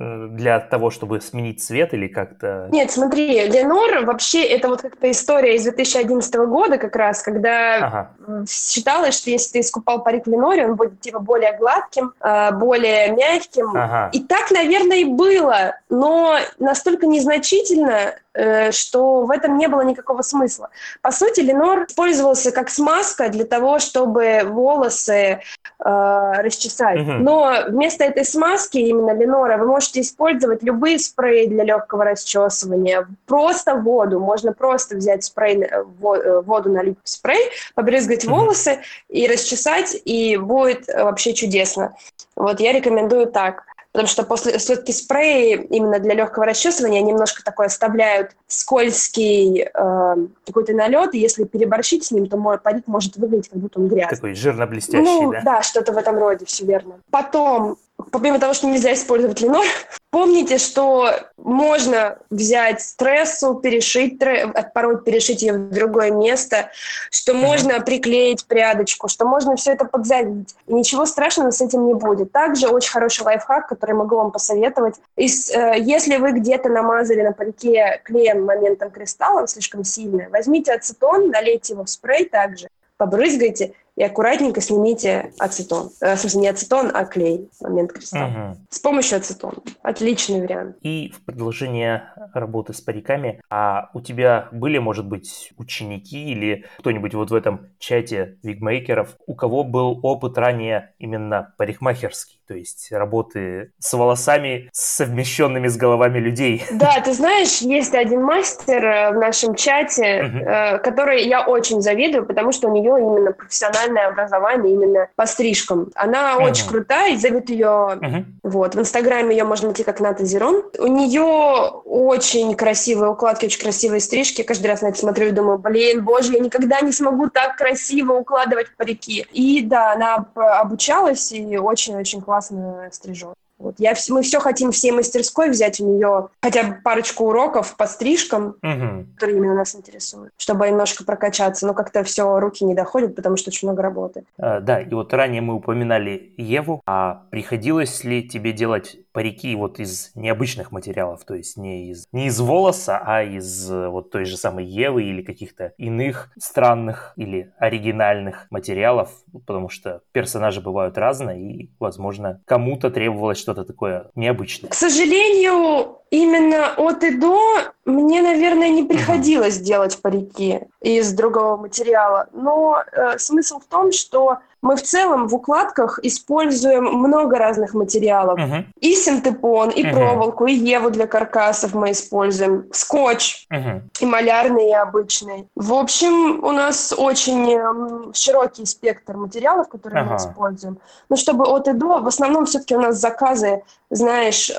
для того, чтобы сменить цвет или как-то... Нет, смотри, ленор вообще это вот как-то история из две тысячи одиннадцатого года как раз, когда ага. считалось, что если ты искупал парик в леноре, он будет типа более гладким, более мягким. Ага. И так, наверное, и было, но настолько незначительно, что в этом не было никакого смысла. По сути, ленор использовался как смазка для того, чтобы волосы э, расчесать. Угу. Но вместо этой смазки, именно ленора, вы можете использовать любые спреи для легкого расчесывания. Просто воду. Можно просто взять спрей, воду налить в спрей, побрызгать угу. волосы и расчесать, и будет вообще чудесно. Вот я рекомендую так. Потому что после все-таки спреи именно для легкого расчесывания немножко такой оставляют скользкий э, какой-то налет, и если переборщить с ним, то мой парик может выглядеть, как будто он грязный. Такой жирно-блестящий, ну, да? Да, что-то в этом роде, все верно. Потом, помимо того, что нельзя использовать ленор, помните, что можно взять трессу, перешить, отпороть, перешить ее в другое место, что uh-huh. можно приклеить прядочку, что можно все это подзавить. И ничего страшного с этим не будет. Также очень хороший лайфхак, который могу вам посоветовать. Из, э, если вы где-то намазали на парике клеем моментом кристаллом слишком сильно, возьмите ацетон, налейте его в спрей также, побрызгайте и аккуратненько снимите ацетон. Э, в смысле, не ацетон, а клей, момент кристалла. Угу. С помощью ацетона. Отличный вариант. И в продолжение работы с париками, а у тебя были, может быть, ученики или кто-нибудь вот в этом чате вигмейкеров, у кого был опыт ранее именно парикмахерский, то есть работы с волосами, совмещенными с головами людей? Да, ты знаешь, есть один мастер в нашем чате, угу. который я очень завидую, потому что у нее именно профессиональное образование именно по стрижкам. Она uh-huh. очень крутая, и зовут ее... Uh-huh. Вот, в Инстаграме ее можно найти как Ната Зерон. У нее очень красивые укладки, очень красивые стрижки. Я каждый раз на это смотрю и думаю, блин, боже, я никогда не смогу так красиво укладывать парики. И да, она обучалась и очень-очень классно стрижет. Вот. Я, мы все хотим всей мастерской взять у нее хотя бы парочку уроков по стрижкам, угу. которые именно нас интересуют, чтобы немножко прокачаться, но как-то все руки не доходят, потому что очень много работы. А, да, и вот ранее мы упоминали Еву, а приходилось ли тебе делать парики вот из необычных материалов, то есть не из, не из волоса, а из вот той же самой Евы или каких-то иных странных или оригинальных материалов, потому что персонажи бывают разные, и, возможно, кому-то требовалось что-то такое необычное. К сожалению, именно от и до мне, наверное, не приходилось uh-huh. делать парики из другого материала. Но э, смысл в том, что мы в целом в укладках используем много разных материалов. Uh-huh. И синтепон, и uh-huh. проволоку, и Еву для каркасов мы используем, скотч, uh-huh. и малярный, и обычный. В общем, у нас очень э, широкий спектр материалов, которые uh-huh. мы используем. Но чтобы от и до, в основном все-таки у нас заказы, знаешь, э,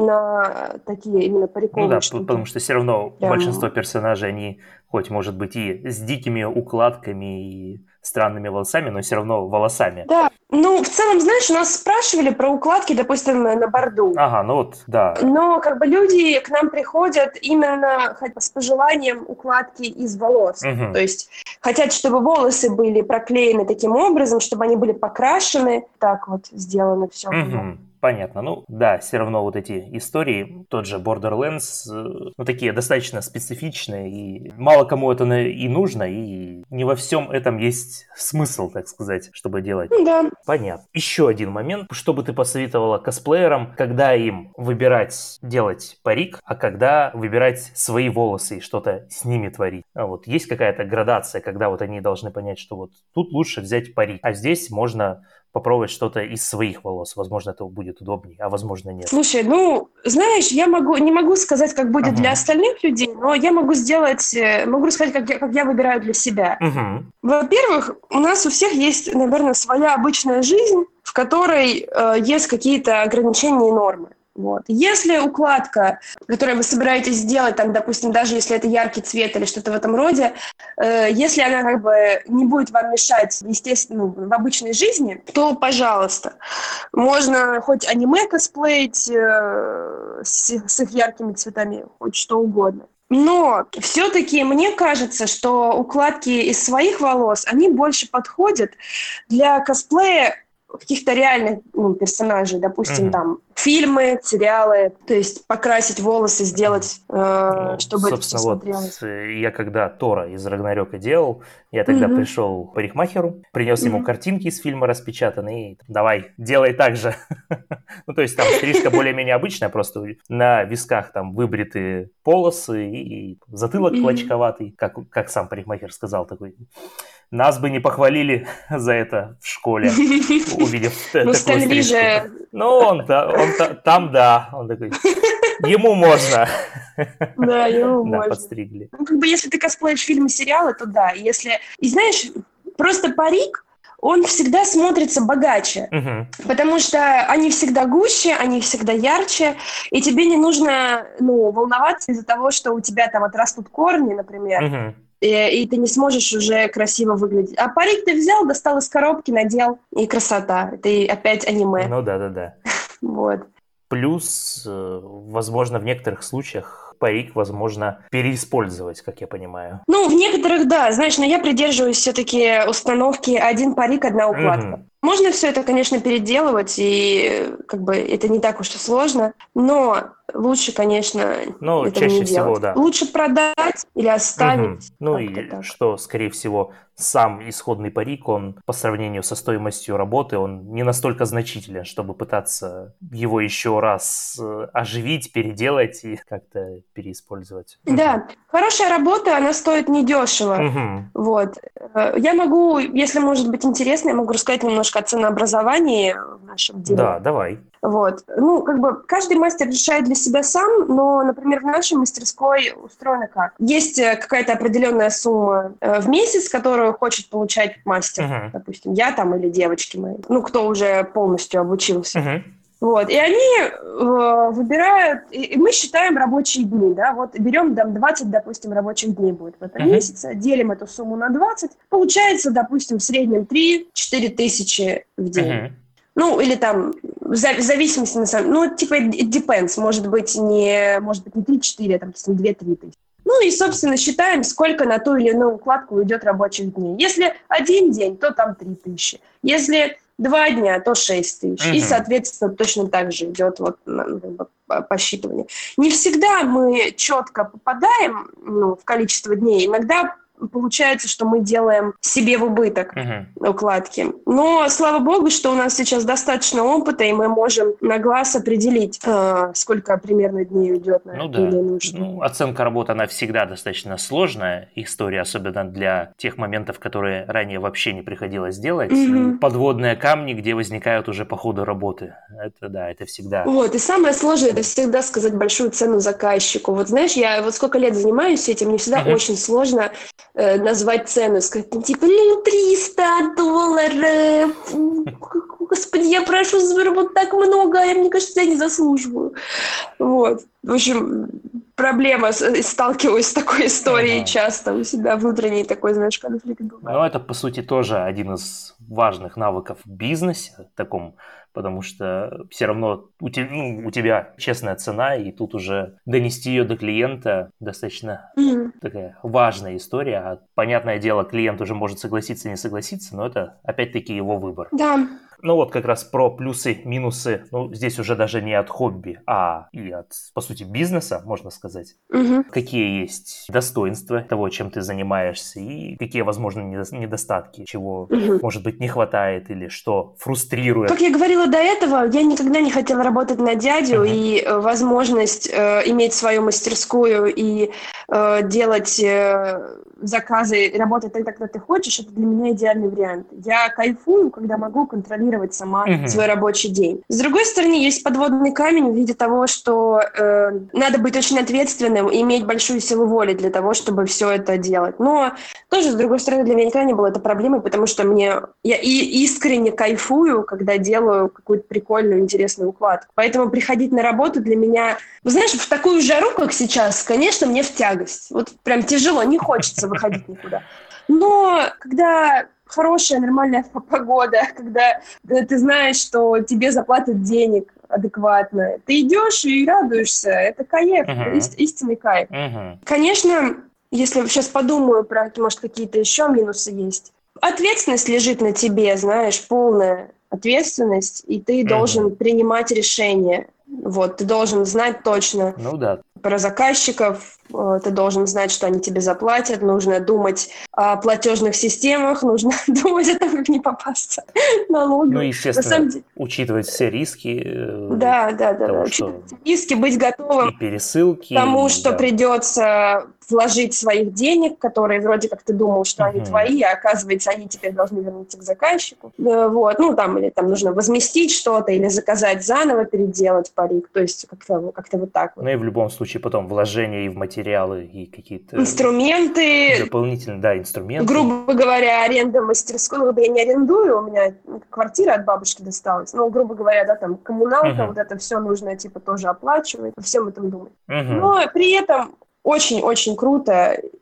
на такие именно париковые ну да, штуки. Потому что все равно Прям... большинство персонажей, они хоть, может быть, и с дикими укладками, и странными волосами, но все равно волосами. Да, ну, в целом, знаешь, у нас спрашивали про укладки, допустим, на борду. Ага, ну вот, да. Но как бы люди к нам приходят именно с пожеланием укладки из волос. Угу. То есть хотят, чтобы волосы были проклеены таким образом, чтобы они были покрашены. Так вот сделано все. Угу. Понятно. Ну, да, все равно вот эти истории, тот же Borderlands, ну, такие достаточно специфичные, и мало кому это и нужно, и не во всем этом есть смысл, так сказать, чтобы делать. Да. Понятно. Еще один момент, что бы ты посоветовала косплеерам, когда им выбирать делать парик, а когда выбирать свои волосы и что-то с ними творить. А вот есть какая-то градация, когда вот они должны понять, что вот тут лучше взять парик, а здесь можно попробовать что-то из своих волос. Возможно, это будет удобнее, а возможно, нет. Слушай, ну, знаешь, я могу, не могу сказать, как будет ага. для остальных людей, но я могу сделать, могу рассказать, как я, как я выбираю для себя. Угу. Во-первых, у нас у всех есть, наверное, своя обычная жизнь, в которой э, есть какие-то ограничения и нормы. Вот. Если укладка, которую вы собираетесь сделать, там, допустим, даже если это яркий цвет или что-то в этом роде, э, если она как бы не будет вам мешать, естественно, в обычной жизни, то, пожалуйста, можно хоть аниме косплеить э, с, с их яркими цветами, хоть что угодно. Но все-таки мне кажется, что укладки из своих волос, они больше подходят для косплея каких-то реальных ну, персонажей, допустим, mm-hmm. там фильмы, сериалы, то есть покрасить волосы, сделать, э, ну, чтобы это все смотрелось. Вот, я когда Тора из Рагнарёка делал, я тогда mm-hmm. пришел к парикмахеру, принес mm-hmm. ему картинки из фильма распечатанные, и давай, делай так же. Ну, то есть там стрижка более-менее обычная, просто на висках там выбриты полосы и затылок клочковатый, как, как сам парикмахер сказал, такой... Нас бы не похвалили за это в школе, увидев такую стрижку. Ну, он, он там, да, он такой, ему можно. Да, ему можно. Да, подстригли. Ну, как бы, если ты косплеишь фильмы, сериалы, то да. Если... И знаешь, просто парик, он всегда смотрится богаче, угу. потому что они всегда гуще, они всегда ярче, и тебе не нужно ну, волноваться из-за того, что у тебя там отрастут корни, например, угу. и, и ты не сможешь уже красиво выглядеть. А парик ты взял, достал из коробки, надел, и красота. Это опять аниме. Ну да-да-да. Вот. Плюс, возможно, в некоторых случаях парик возможно переиспользовать, как я понимаю. Ну, в некоторых, да. Знаешь, но я придерживаюсь все-таки установки один парик, одна укладка. Угу. Можно все это, конечно, переделывать, и как бы это не так уж и сложно, но лучше, конечно, ну, этого чаще не всего, делать. Да. Лучше продать или оставить. Угу. Ну и так. Что, скорее всего, сам исходный парик, он по сравнению со стоимостью работы, он не настолько значителен, чтобы пытаться его еще раз оживить, переделать и как-то переиспользовать. Да, угу. Хорошая работа, она стоит недешево. Угу. Вот. Я могу, если может быть интересно, я могу рассказать немножко о ценообразовании в нашем деле. Да, давай. Вот. Ну, как бы каждый мастер решает для себя сам, но, например, в нашей мастерской устроено как? Есть какая-то определенная сумма в месяц, которую хочет получать мастер, uh-huh. допустим, я там или девочки мои, ну, кто уже полностью обучился. Uh-huh. Вот. И они э, выбирают, и, и мы считаем рабочие дни, да, вот берем там двадцать, допустим, рабочих дней будет в этом uh-huh. месяце, делим эту сумму на двадцать, получается, допустим, в среднем три-четыре тысячи в день. Uh-huh. Ну, или там, в зависимости, на самом ну, типа, it depends, может быть, не, может быть, не три-четыре, а там, две-три тысячи. Ну, и, собственно, считаем, сколько на ту или иную укладку уйдет рабочих дней. Если один день, то там три тысячи. Если два дня, то шесть тысяч. Мгм. И, соответственно, точно так же идет вот ну, как бы, по- посчитывание. Не всегда мы четко попадаем ну, в количество дней. Иногда получается, что мы делаем себе в убыток Мгм. укладки. Но, слава богу, что у нас сейчас достаточно опыта, и мы можем на глаз определить, э, сколько примерно дней уйдет на Ну ту или да. иную штуку. Ну, оценка работы, она всегда достаточно сложная история, особенно для тех моментов, которые ранее вообще не приходилось делать. И Мгм. подводные камни, где возникают уже по ходу работы. Это да, это всегда. Вот, и самое сложное – это всегда сказать большую цену заказчику. Вот знаешь, я вот сколько лет занимаюсь этим, мне всегда Мгм. очень сложно э, назвать цену, сказать, ну, типа, ну, триста долларов. Фу, Господи, я прошу заработать так много, а я, мне кажется, я не заслуживаю. Вот. В общем, проблема, с- сталкиваюсь с такой историей Ага. часто у себя, внутренний такой, знаешь, конфликт бывает. Но это, по сути, тоже один из важных навыков в бизнесе таком, потому что все равно у тебя, ну, у тебя честная цена, и тут уже донести ее до клиента достаточно Мгм. такая важная история. А, понятное дело, клиент уже может согласиться, не согласиться, но это опять-таки его выбор. Да. Ну вот как раз про плюсы, минусы, ну здесь уже даже не от хобби, а и от, по сути, бизнеса, можно сказать. Мгм. Какие есть достоинства того, чем ты занимаешься, и какие, возможно, недо- недостатки, чего, Мгм. может быть, не хватает или что фрустрирует. Как я говорила до этого, я никогда не хотела работать на дядю, Мгм. и э, возможность э, иметь свою мастерскую и э, делать э, заказы и работать тогда, когда ты хочешь, это для меня идеальный вариант. Я кайфую, когда могу контролировать сама Мгм. свой рабочий день. С другой стороны, есть подводный камень в виде того, что э, надо быть очень ответственным и иметь большую силу воли для того, чтобы все это делать. Но тоже, с другой стороны, для меня никогда не было это проблемой, потому что мне я и искренне кайфую, когда делаю какую-то прикольную, интересную укладку. Поэтому приходить на работу для меня... Вы знаешь, в такую жару, как сейчас, конечно, мне в тягость. Вот прям тяжело, не хочется выходить никуда. Но когда хорошая, нормальная погода, когда э, ты знаешь, что тебе заплатят денег адекватно, ты идешь и радуешься. Это кайф, Мгм. ист- истинный кайф. Мгм. Конечно, если сейчас подумаю про, может, какие-то еще минусы есть. Ответственность лежит на тебе, знаешь, полная ответственность, и ты должен Мгм. принимать решения. Вот, ты должен знать точно Ну да. про заказчиков, э, ты должен знать, что они тебе заплатят, нужно думать о платежных системах, нужно думать о том, как не попасться Ну, налоговой. На естественно, самом деле, учитывать все риски э, да, да, да, да. того, Учитывать что риски, быть готовым и пересылки, тому, и что да. придется вложить своих денег, которые вроде как ты думал, что они Мгм. твои, а оказывается, они теперь должны вернуться к заказчику. Э, Вот, ну там или там нужно возместить что-то, или заказать заново, переделать парик, то есть как-то, как-то вот так вот. Ну и в любом случае потом вложения и в материалы, и какие-то Инструменты, дополнительные, да, инструменты. грубо говоря, аренда мастерской, ну, я не арендую, у меня квартира от бабушки досталась, но, грубо говоря, да, там коммуналка, Мгм. вот это все нужно, типа, тоже оплачивать, во всем этом думать. Мгм. Но при этом очень-очень круто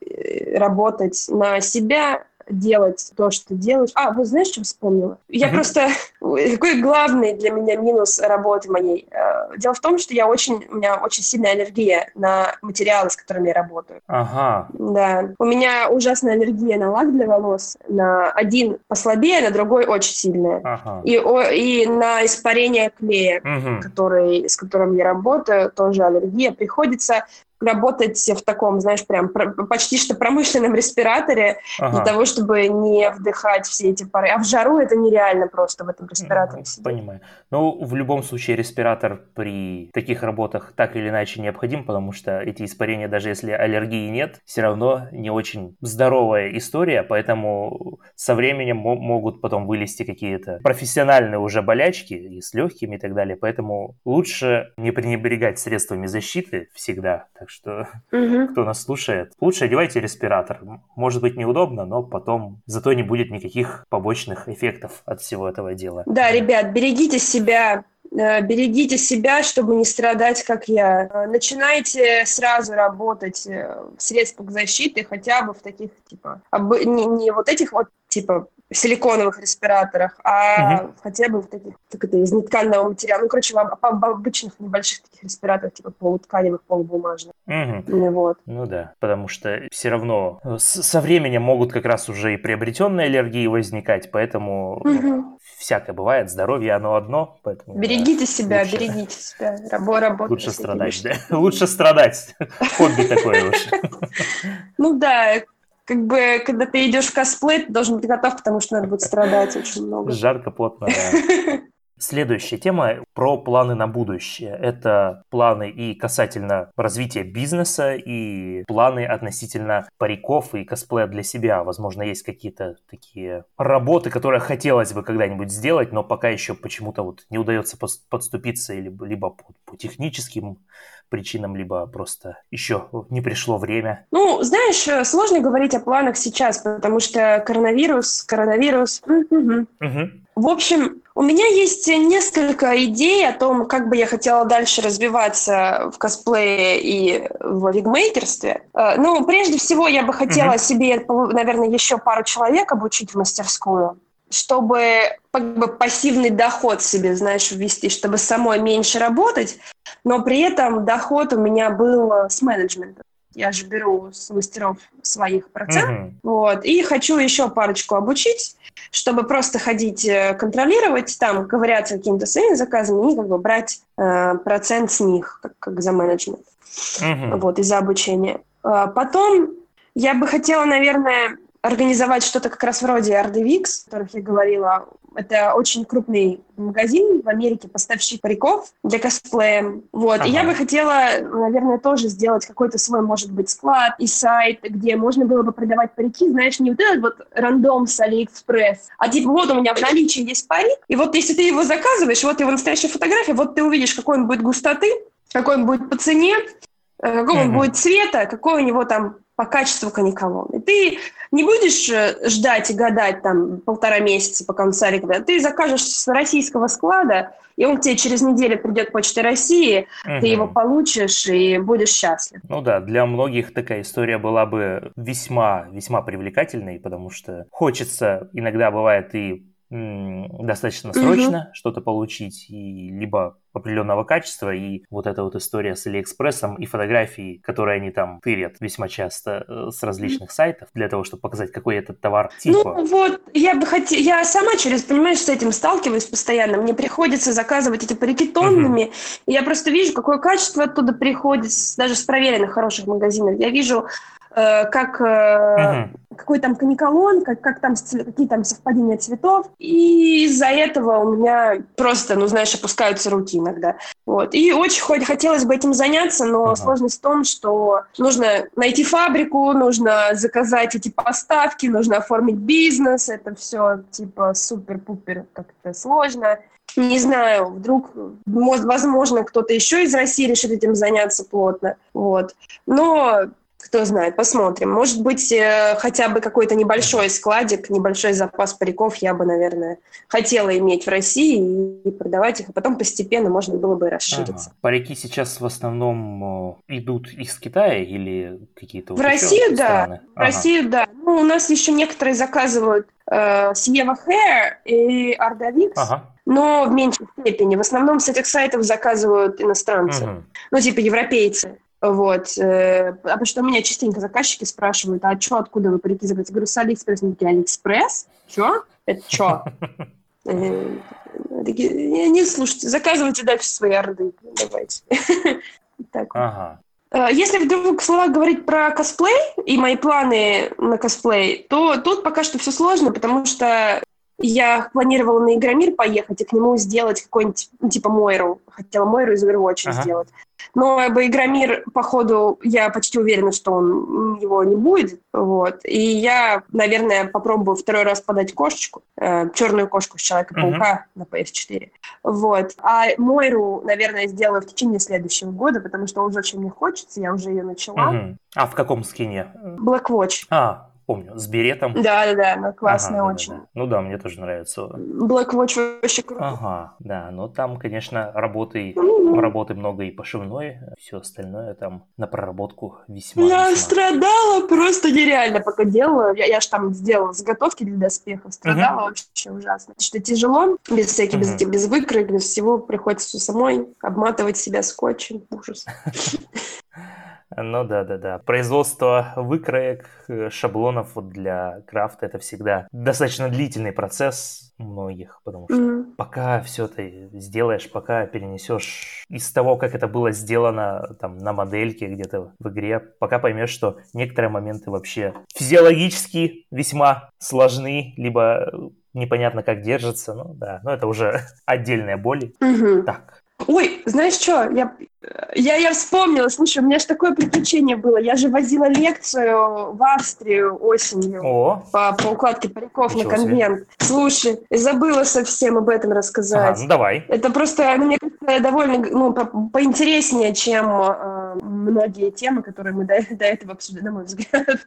э, работать на себя, делать то, что ты делаешь. А, вот знаешь, что вспомнила? Я Мгм. просто... Какой главный для меня минус работы моей? Э, Дело в том, что я очень... У меня очень сильная аллергия на материалы, с которыми я работаю. Ага. Да. У меня ужасная аллергия на лак для волос. На один послабее, на другой очень сильная. Ага. И, о, и на испарение клея, Мгм. который, с которым я работаю, тоже аллергия. Приходится работать в таком, знаешь, прям про- почти что промышленном респираторе для Ага. того, чтобы не вдыхать все эти пары. А в жару это нереально просто в этом респираторе Мгм. сидеть. Понимаю. Ну, в любом случае, респиратор при таких работах так или иначе необходим, потому что эти испарения, даже если аллергии нет, все равно не очень здоровая история, поэтому со временем мо- могут потом вылезти какие-то профессиональные уже болячки и с легкими и так далее, поэтому лучше не пренебрегать средствами защиты всегда. Так что, Мгм. кто нас слушает, лучше одевайте респиратор. Может быть неудобно, но потом зато не будет никаких побочных эффектов от всего этого дела. Да, ребят, берегите себя, э, берегите себя, чтобы не страдать, как я. Э, Начинайте сразу работать э, в средствах защиты, хотя бы в таких, типа, обы- не, не вот этих вот, типа, силиконовых респираторах, а Мгм. хотя бы в таких, как это, из нетканного материала. Ну, короче, в, об- об обычных небольших таких респираторах, типа полутканевых, полубумажных. Мгм. Ну, вот. Ну да, потому что все равно э, с- со временем могут как раз уже и приобретенные аллергии возникать, поэтому Мгм. всякое бывает, здоровье оно одно, поэтому... Берегите себя, лучше, берегите себя, Рабо, работайте. Лучше страдать, да? Лучше страдать, хобби такое уж. Ну да, как бы, когда ты идешь в косплей, ты должен быть готов, потому что надо будет страдать очень много. Жарко, плотно, да. Следующая тема про планы на будущее. Это планы и касательно развития бизнеса, и планы относительно париков и косплея для себя. Возможно, есть какие-то такие работы, которые хотелось бы когда-нибудь сделать, но пока еще почему-то вот не удается подступиться либо, либо по, по техническим причинам, либо просто еще не пришло время. Ну, знаешь, сложно говорить о планах сейчас, потому что коронавирус, коронавирус. Угу. Угу. В общем, у меня есть несколько идей о том, как бы я хотела дальше развиваться в косплее и в вигмейкерстве. Ну, прежде всего, я бы хотела mm-hmm. себе, наверное, еще пару человек обучить в мастерскую, чтобы как бы пассивный доход себе, знаешь, ввести, чтобы самой меньше работать, но при этом доход у меня был с менеджмента. Я же беру с мастеров своих процент, mm-hmm. вот, и хочу еще парочку обучить, чтобы просто ходить контролировать, там, ковыряться какими-то своими заказами и как бы брать э, процент с них, как, как за менеджмент, mm-hmm. вот, и за обучение. А потом я бы хотела, наверное, организовать что-то как раз вроде Ardevix, о которых я говорила. Это очень крупный магазин в Америке, поставщик париков для косплея. Вот. Ага. И я бы хотела, наверное, тоже сделать какой-то свой, может быть, склад и сайт, где можно было бы продавать парики, знаешь, не вот этот вот рандом с Алиэкспресс, а типа вот у меня в наличии есть парик, и вот если ты его заказываешь, вот его настоящая фотография, вот ты увидишь, какой он будет густоты, какой он будет по цене, какого mm-hmm. он будет цвета, какой у него там по качеству каниколон. И ты не будешь ждать и гадать там полтора месяца, пока он царик, ты закажешь с российского склада, и он к тебе через неделю придет Почтой России, угу. ты его получишь и будешь счастлив. Ну да, для многих такая история была бы весьма, весьма привлекательной, потому что хочется, иногда бывает и м- достаточно срочно угу. что-то получить, и либо определенного качества, и вот эта вот история с Алиэкспрессом и фотографии, которые они там тырят весьма часто с различных сайтов, для того, чтобы показать, какой этот товар типа. Ну вот, я бы хотела, я сама через, понимаешь, с этим сталкиваюсь постоянно, мне приходится заказывать эти парики тоннами, uh-huh. и я просто вижу, какое качество оттуда приходит, даже с проверенных хороших магазинов, я вижу, э, как, э, uh-huh. какой там каниколон, как, как там, какие там совпадения цветов, и из-за этого у меня просто, ну знаешь, опускаются руки иногда. Вот. И очень хоть хотелось бы этим заняться, но ага. сложность в том, что нужно найти фабрику, нужно заказать эти поставки, нужно оформить бизнес, это все типа супер-пупер как-то сложно. Не знаю, вдруг, возможно, кто-то еще из России решит этим заняться плотно. Вот. Но кто знает, посмотрим. Может быть, э, хотя бы какой-то небольшой складик, небольшой запас париков я бы, наверное, хотела иметь в России и продавать их, а потом постепенно можно было бы расшириться. Ага. Парики сейчас в основном идут из Китая или какие-то вот в Россию, да. страны? В ага. Россию, да. Ну, у нас еще некоторые заказывают э, Siewa Hair и Ardevix, ага. но в меньшей степени. В основном с этих сайтов заказывают иностранцы, угу. ну, типа европейцы. Вот, э, потому что у меня частенько заказчики спрашивают, а что, откуда вы парики заказываете? Я говорю, с Алиэкспресс. Они такие, Алиэкспресс? Что? Это что? Не слушайте, заказывайте дальше свои орды. Давайте. Так. Если вдруг слова говорить про косплей и мои планы на косплей, то тут пока что все сложно, потому что я планировала на Игромир поехать и к нему сделать какой-нибудь, ну, типа Мойру. Хотела Мойру из Overwatch ага. сделать. Но Игромир, походу, я почти уверена, что он его не будет. Вот. И я, наверное, попробую второй раз подать кошечку, э, черную кошку с Человека-паука uh-huh. на пи эс четыре. Вот. А Мойру, наверное, сделаю в течение следующего года, потому что уже очень мне хочется, я уже ее начала. Uh-huh. А в каком скине? Blackwatch. А, помню, с беретом. Да-да-да, она классная ага, очень. Да, да, да. Ну да, мне тоже нравится. Blackwatch вообще круто. Ага, да, но там, конечно, работы, mm-hmm. работы много и пошивной, все остальное там на проработку весьма. Я весьма. страдала просто нереально, пока делала. Я, я же там сделала заготовки для доспехов, страдала mm-hmm. вообще ужасно. Что тяжело, без всяких, mm-hmm. без этих, без выкроек, без всего, приходится самой обматывать себя скотчем. Ужас. Ну да-да-да. Производство выкроек, шаблонов вот для крафта — это всегда достаточно длительный процесс у многих, потому что Мгм. пока все ты сделаешь, пока перенесешь из того, как это было сделано там на модельке где-то в игре, пока поймешь, что некоторые моменты вообще физиологически весьма сложны, либо непонятно как держатся, ну да, но это уже отдельные боли. Мгм. Так. Ой, знаешь что, я, я, я вспомнила, слушай, у меня же такое приключение было. Я же возила лекцию в Австрию осенью О, по, по укладке париков на ничего себе. конвент. Слушай, забыла совсем об этом Ага, рассказать. ну давай. Это просто, ну, мне кажется, довольно ну, по- поинтереснее, чем э, многие темы, которые мы до, до этого обсудили, на мой взгляд.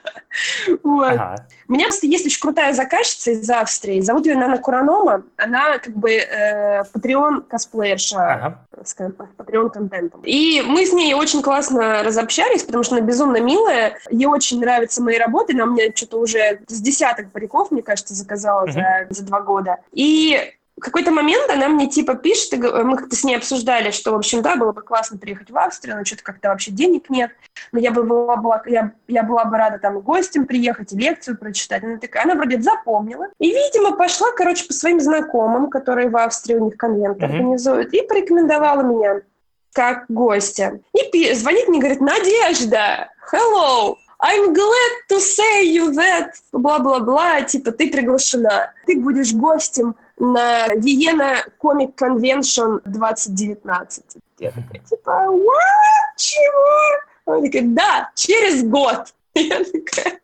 Вот. Ага. У меня просто есть очень крутая заказчица из Австрии, зовут ее Нана Куранова. Она как бы э, Patreon-косплеерша, Ага. скажем так, Patreon-контентом. И мы с ней очень классно разобщались, потому что она безумно милая, ей очень нравятся мои работы, она у меня что-то уже с десяток париков, мне кажется, заказала Мгм. за, за два года. И в какой-то момент она мне типа пишет, и г- мы как-то с ней обсуждали, что, в общем, да, было бы классно приехать в Австрию, но что-то как-то вообще денег нет. Но я бы была, была, я, я была бы рада там гостем приехать и лекцию прочитать. Она такая, она вроде запомнила. И, видимо, пошла, короче, по своим знакомым, которые в Австрии у них конвент Мгм. организуют, и порекомендовала меня как гостя. И пи- звонит мне, говорит, Надежда, hello, I'm glad to say you that, бла-бла-бла, типа, ты приглашена. Ты будешь гостем на Vienna Comic Convention двадцать девятнадцать. Я такая, типа, what? Чего? Он такой, да, через год. Я такая,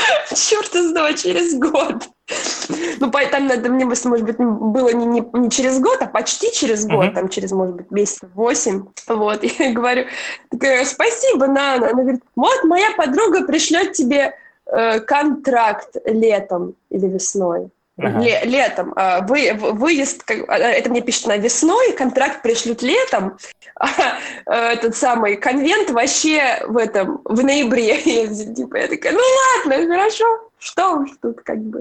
черт из два, через год. Ну, там надо мне, может быть, было не, не, не через год, а почти через год, Мгм. там через, может быть, месяцев восемь. Вот, и я говорю, такая, спасибо, Нана. Она говорит, вот моя подруга пришлет тебе э, контракт летом или весной. Ага. Ле- летом. А, вы, в- выезд, как- а, это мне пишет на весной, контракт пришлют летом, а а, этот самый конвент вообще в этом, в ноябре. Я, типа, я такая, ну ладно, хорошо, что уж тут как бы,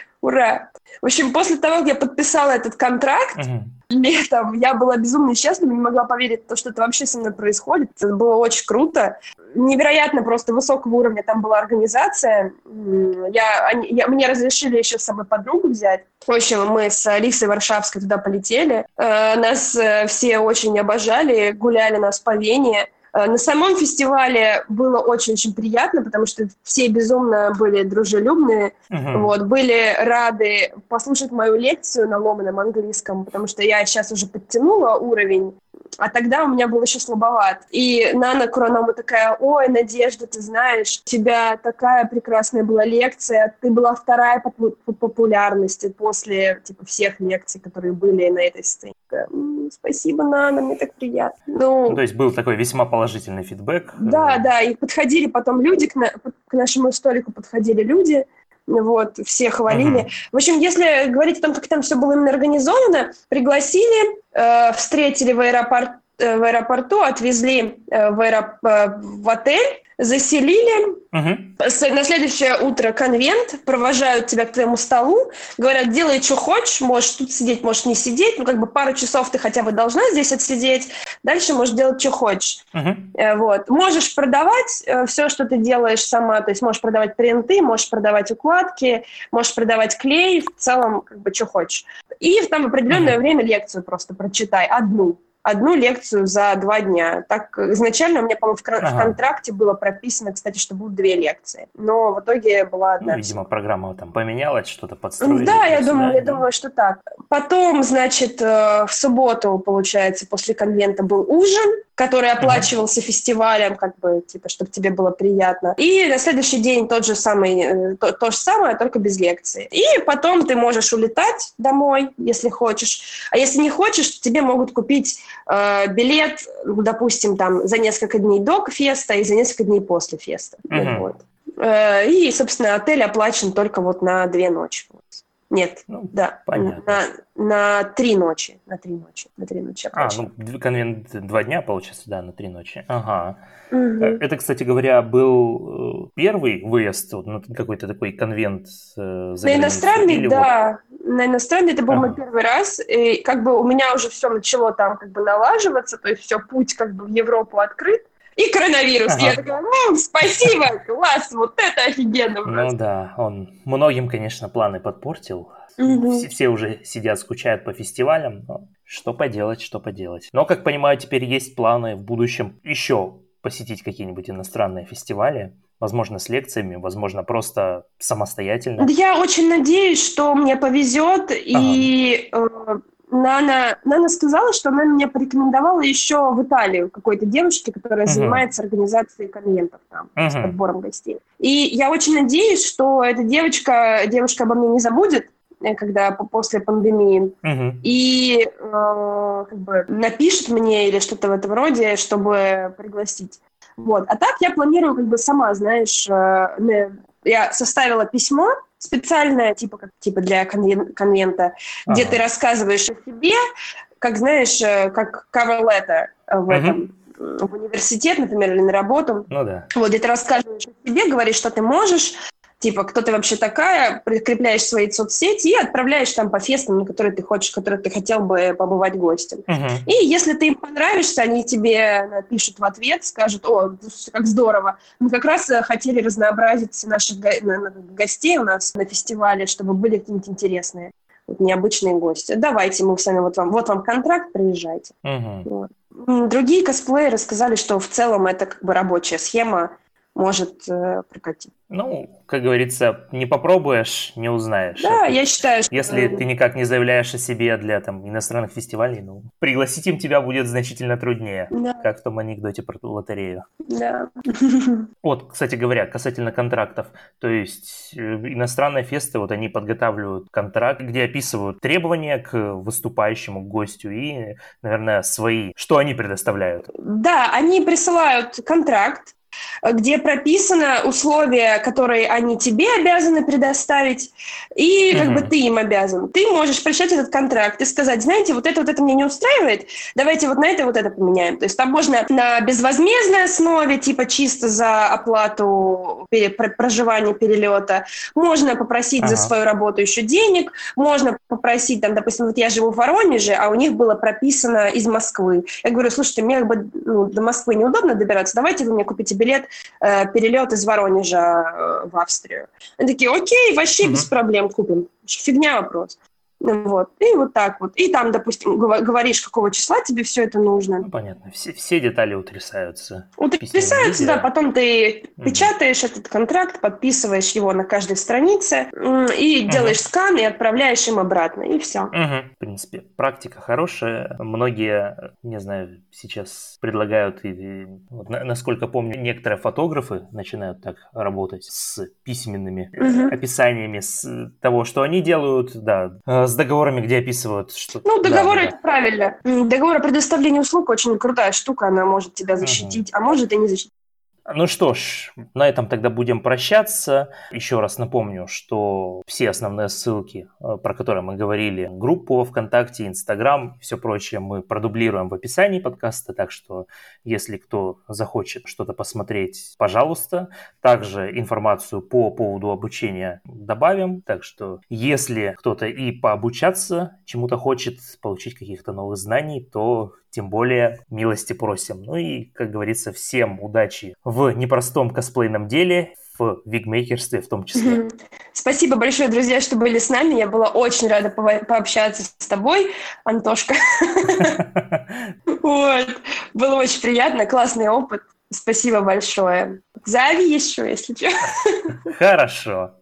ура. В общем, после того, как я подписала этот контракт, Мгм. летом, я была безумно счастлива, не могла поверить в то, что это вообще со мной происходит. Это было очень круто. Невероятно просто высокого уровня там была организация. М, Я, они, я, мне разрешили еще с собой подругу взять. В общем, мы с Алисой Варшавской туда полетели. Э, Нас э, все очень обожали, гуляли нас по Вене. Э, На самом фестивале было очень-очень приятно, потому что все безумно были дружелюбные, Мгм. вот, были рады послушать мою лекцию на ломаном английском, потому что я сейчас уже подтянула уровень, а тогда у меня был еще слабоват. И Нана Куранова такая, ой, Надежда, ты знаешь, у тебя такая прекрасная была лекция, ты была вторая по, по популярности после типа, всех лекций, которые были на этой сцене. М, Спасибо, Нана, мне так приятно. Ну, Ну, то есть был такой весьма положительный фидбэк. да, э, да, и подходили потом люди, к, на- к нашему столику подходили люди, вот, все хвалили. Мгм. В общем, если говорить о том, как там все было именно организовано, пригласили, э, встретили в, аэропорт, э, в аэропорту, отвезли э, в, аэроп- э, в отель, заселили. Мгм. С- На следующее утро конвент, провожают тебя к твоему столу, говорят, делай, что хочешь, можешь тут сидеть, можешь не сидеть, ну, как бы пару часов ты хотя бы должна здесь отсидеть, дальше можешь делать, что хочешь. Мгм. Э, Вот. Можешь продавать э, все, что ты делаешь сама, то есть можешь продавать принты, можешь продавать укладки, можешь продавать клей, в целом, как бы, что хочешь. И там в определенное Мгм. время лекцию просто прочитай, одну. Одну лекцию за два дня. Так изначально у меня, по-моему, в, кон- в Ага. контракте было прописано, кстати, что будут две лекции. Но в итоге была Ну, одна видимо, всего. программа там поменялась, что-то подстроили Да, я туда-сюда, думаю, я и- думаю, что так. Потом, значит, э, в субботу, получается, после конвента был ужин, который оплачивался фестивалем, как бы, типа, чтобы тебе было приятно. И на следующий день тот же самый, э, то, то же самое, только без лекции. И потом ты можешь улетать домой, если хочешь. А если не хочешь, то тебе могут купить э, билет, ну, допустим, там, за несколько дней до феста и за несколько дней после феста. Мгм. Вот. Э, И, собственно, отель оплачен только вот на две ночи. Нет, Ну, да, понятно. на, на три ночи, на три ночи, на три ночи А, оплачено. ну, дв- конвент два дня, получается, да, на три ночи. Ага. Мгм. Э, Это, кстати говоря, был э, первый выезд вот на какой-то такой конвент э, за На границу? иностранный, Или вот... да, на иностранный это был мой Ага. первый раз, и как бы у меня уже все начало там как бы налаживаться, то есть все, путь как бы в Европу открыт, и коронавирус. Ага. Я такая, ну, спасибо, класс, вот это офигенно. Ну просто. да, он многим, конечно, планы подпортил. Мгм. Все, все уже сидят, скучают по фестивалям, но что поделать, что поделать. Но, как понимаю, теперь есть планы в будущем еще посетить какие-нибудь иностранные фестивали, возможно, с лекциями, возможно, просто самостоятельно. Да я очень надеюсь, что мне повезет, и э, Нана, Нана сказала, что она меня порекомендовала еще в Италию какой-то девушке, которая Мгм. занимается организацией конвентов там, с Мгм. подбором гостей. И я очень надеюсь, что эта девочка, девушка обо мне не забудет, э, когда по- после пандемии, Мгм. и э, как бы напишет мне или что-то в этом роде, чтобы пригласить. Вот. А так я планирую как бы сама, знаешь, э, не- я составила письмо специальное, типа, как, типа для конвен- конвента, где Ага. ты рассказываешь о себе, как, знаешь, э, как cover letter э, в Мгм. этом, м, в университет, например, или на работу. Ну да. Вот, где ты рассказываешь о себе, говоришь, что ты можешь, типа, кто ты вообще такая, прикрепляешь свои соцсети и отправляешь там по фестам, на которые ты хочешь, которые ты хотел бы побывать гостем. Мгм. И если ты им понравишься, они тебе напишут в ответ, скажут, о, как здорово, мы как раз э, хотели разнообразить наших го- на- на- гостей у нас на фестивале, чтобы были какие-нибудь интересные, вот, необычные гости. Давайте мы с вами, вот вам, вот вам контракт, приезжайте. Мгм. Вот. М, Другие косплееры сказали, что в целом это как бы рабочая схема, может э, прокатить. Ну, как говорится, не попробуешь, не узнаешь. Да, Тут, я считаю, что... если ты никак не заявляешь о себе для там иностранных фестивалей, ну, пригласить им тебя будет значительно труднее, Да, как в том анекдоте про ту лотерею. да. Вот, кстати говоря, касательно контрактов, то есть э, иностранные фесты, вот они подготавливают контракт, где описывают требования к выступающему, к гостю и, наверное, свои, что они предоставляют. Да, они присылают контракт, где прописаны условия, которые они тебе обязаны предоставить, и как бы Мгм. ты им обязан. Ты можешь прочитать этот контракт и сказать, знаете, вот это вот это меня не устраивает, давайте вот на это вот это поменяем. То есть там можно на безвозмездной основе, типа чисто за оплату пере- про- проживания, перелета, можно попросить за Ага. свою работу еще денег, можно попросить, там, допустим, вот я живу в Воронеже, а у них было прописано из Москвы. Я говорю, слушайте, мне как бы ну, до Москвы неудобно добираться, давайте вы мне купите билет, э, перелет из Воронежа э, в Австрию. Они такие, окей, вообще без Мгм. проблем купим. Фигня вопрос. Ну, вот. И вот так вот. И там, допустим, гова- говоришь, какого числа тебе все это нужно. Ну, понятно, все, все детали утрясаются в письменном Утрясается, да, виде. потом ты Мгм. печатаешь этот контракт, подписываешь его на каждой странице м, и Мгм. делаешь скан и отправляешь им обратно, и все. Мгм. В принципе, практика хорошая. Многие, не знаю, сейчас предлагают, и, вот, на- насколько помню, некоторые фотографы начинают так работать с письменными э, Мгм. описаниями с того, что они делают, да, э, с договорами, где описывают, что... Ну, Да, договор да, это да. правильно. М, Договор о предоставлении услуг очень крутая штука, она может тебя Мгм. защитить, а может и не защитить. Ну что ж, на этом тогда будем прощаться. Еще раз напомню, что все основные ссылки, э, про которые мы говорили, группу ВКонтакте, Инстаграм, все прочее, мы продублируем в описании подкаста, так что если кто захочет что-то посмотреть, пожалуйста. Также информацию по поводу обучения добавим, так что если кто-то и пообучаться чему-то хочет, получить каких-то новых знаний, то тем более милости просим. Ну и, как говорится, всем удачи в непростом косплейном деле, в вигмейкерстве в том числе. Мгм. Спасибо большое, друзья, что были с нами. Я была очень рада пова- пообщаться с тобой, Антошка. Вот. Было очень приятно, классный опыт. Спасибо большое. Зови еще, если что. Хорошо.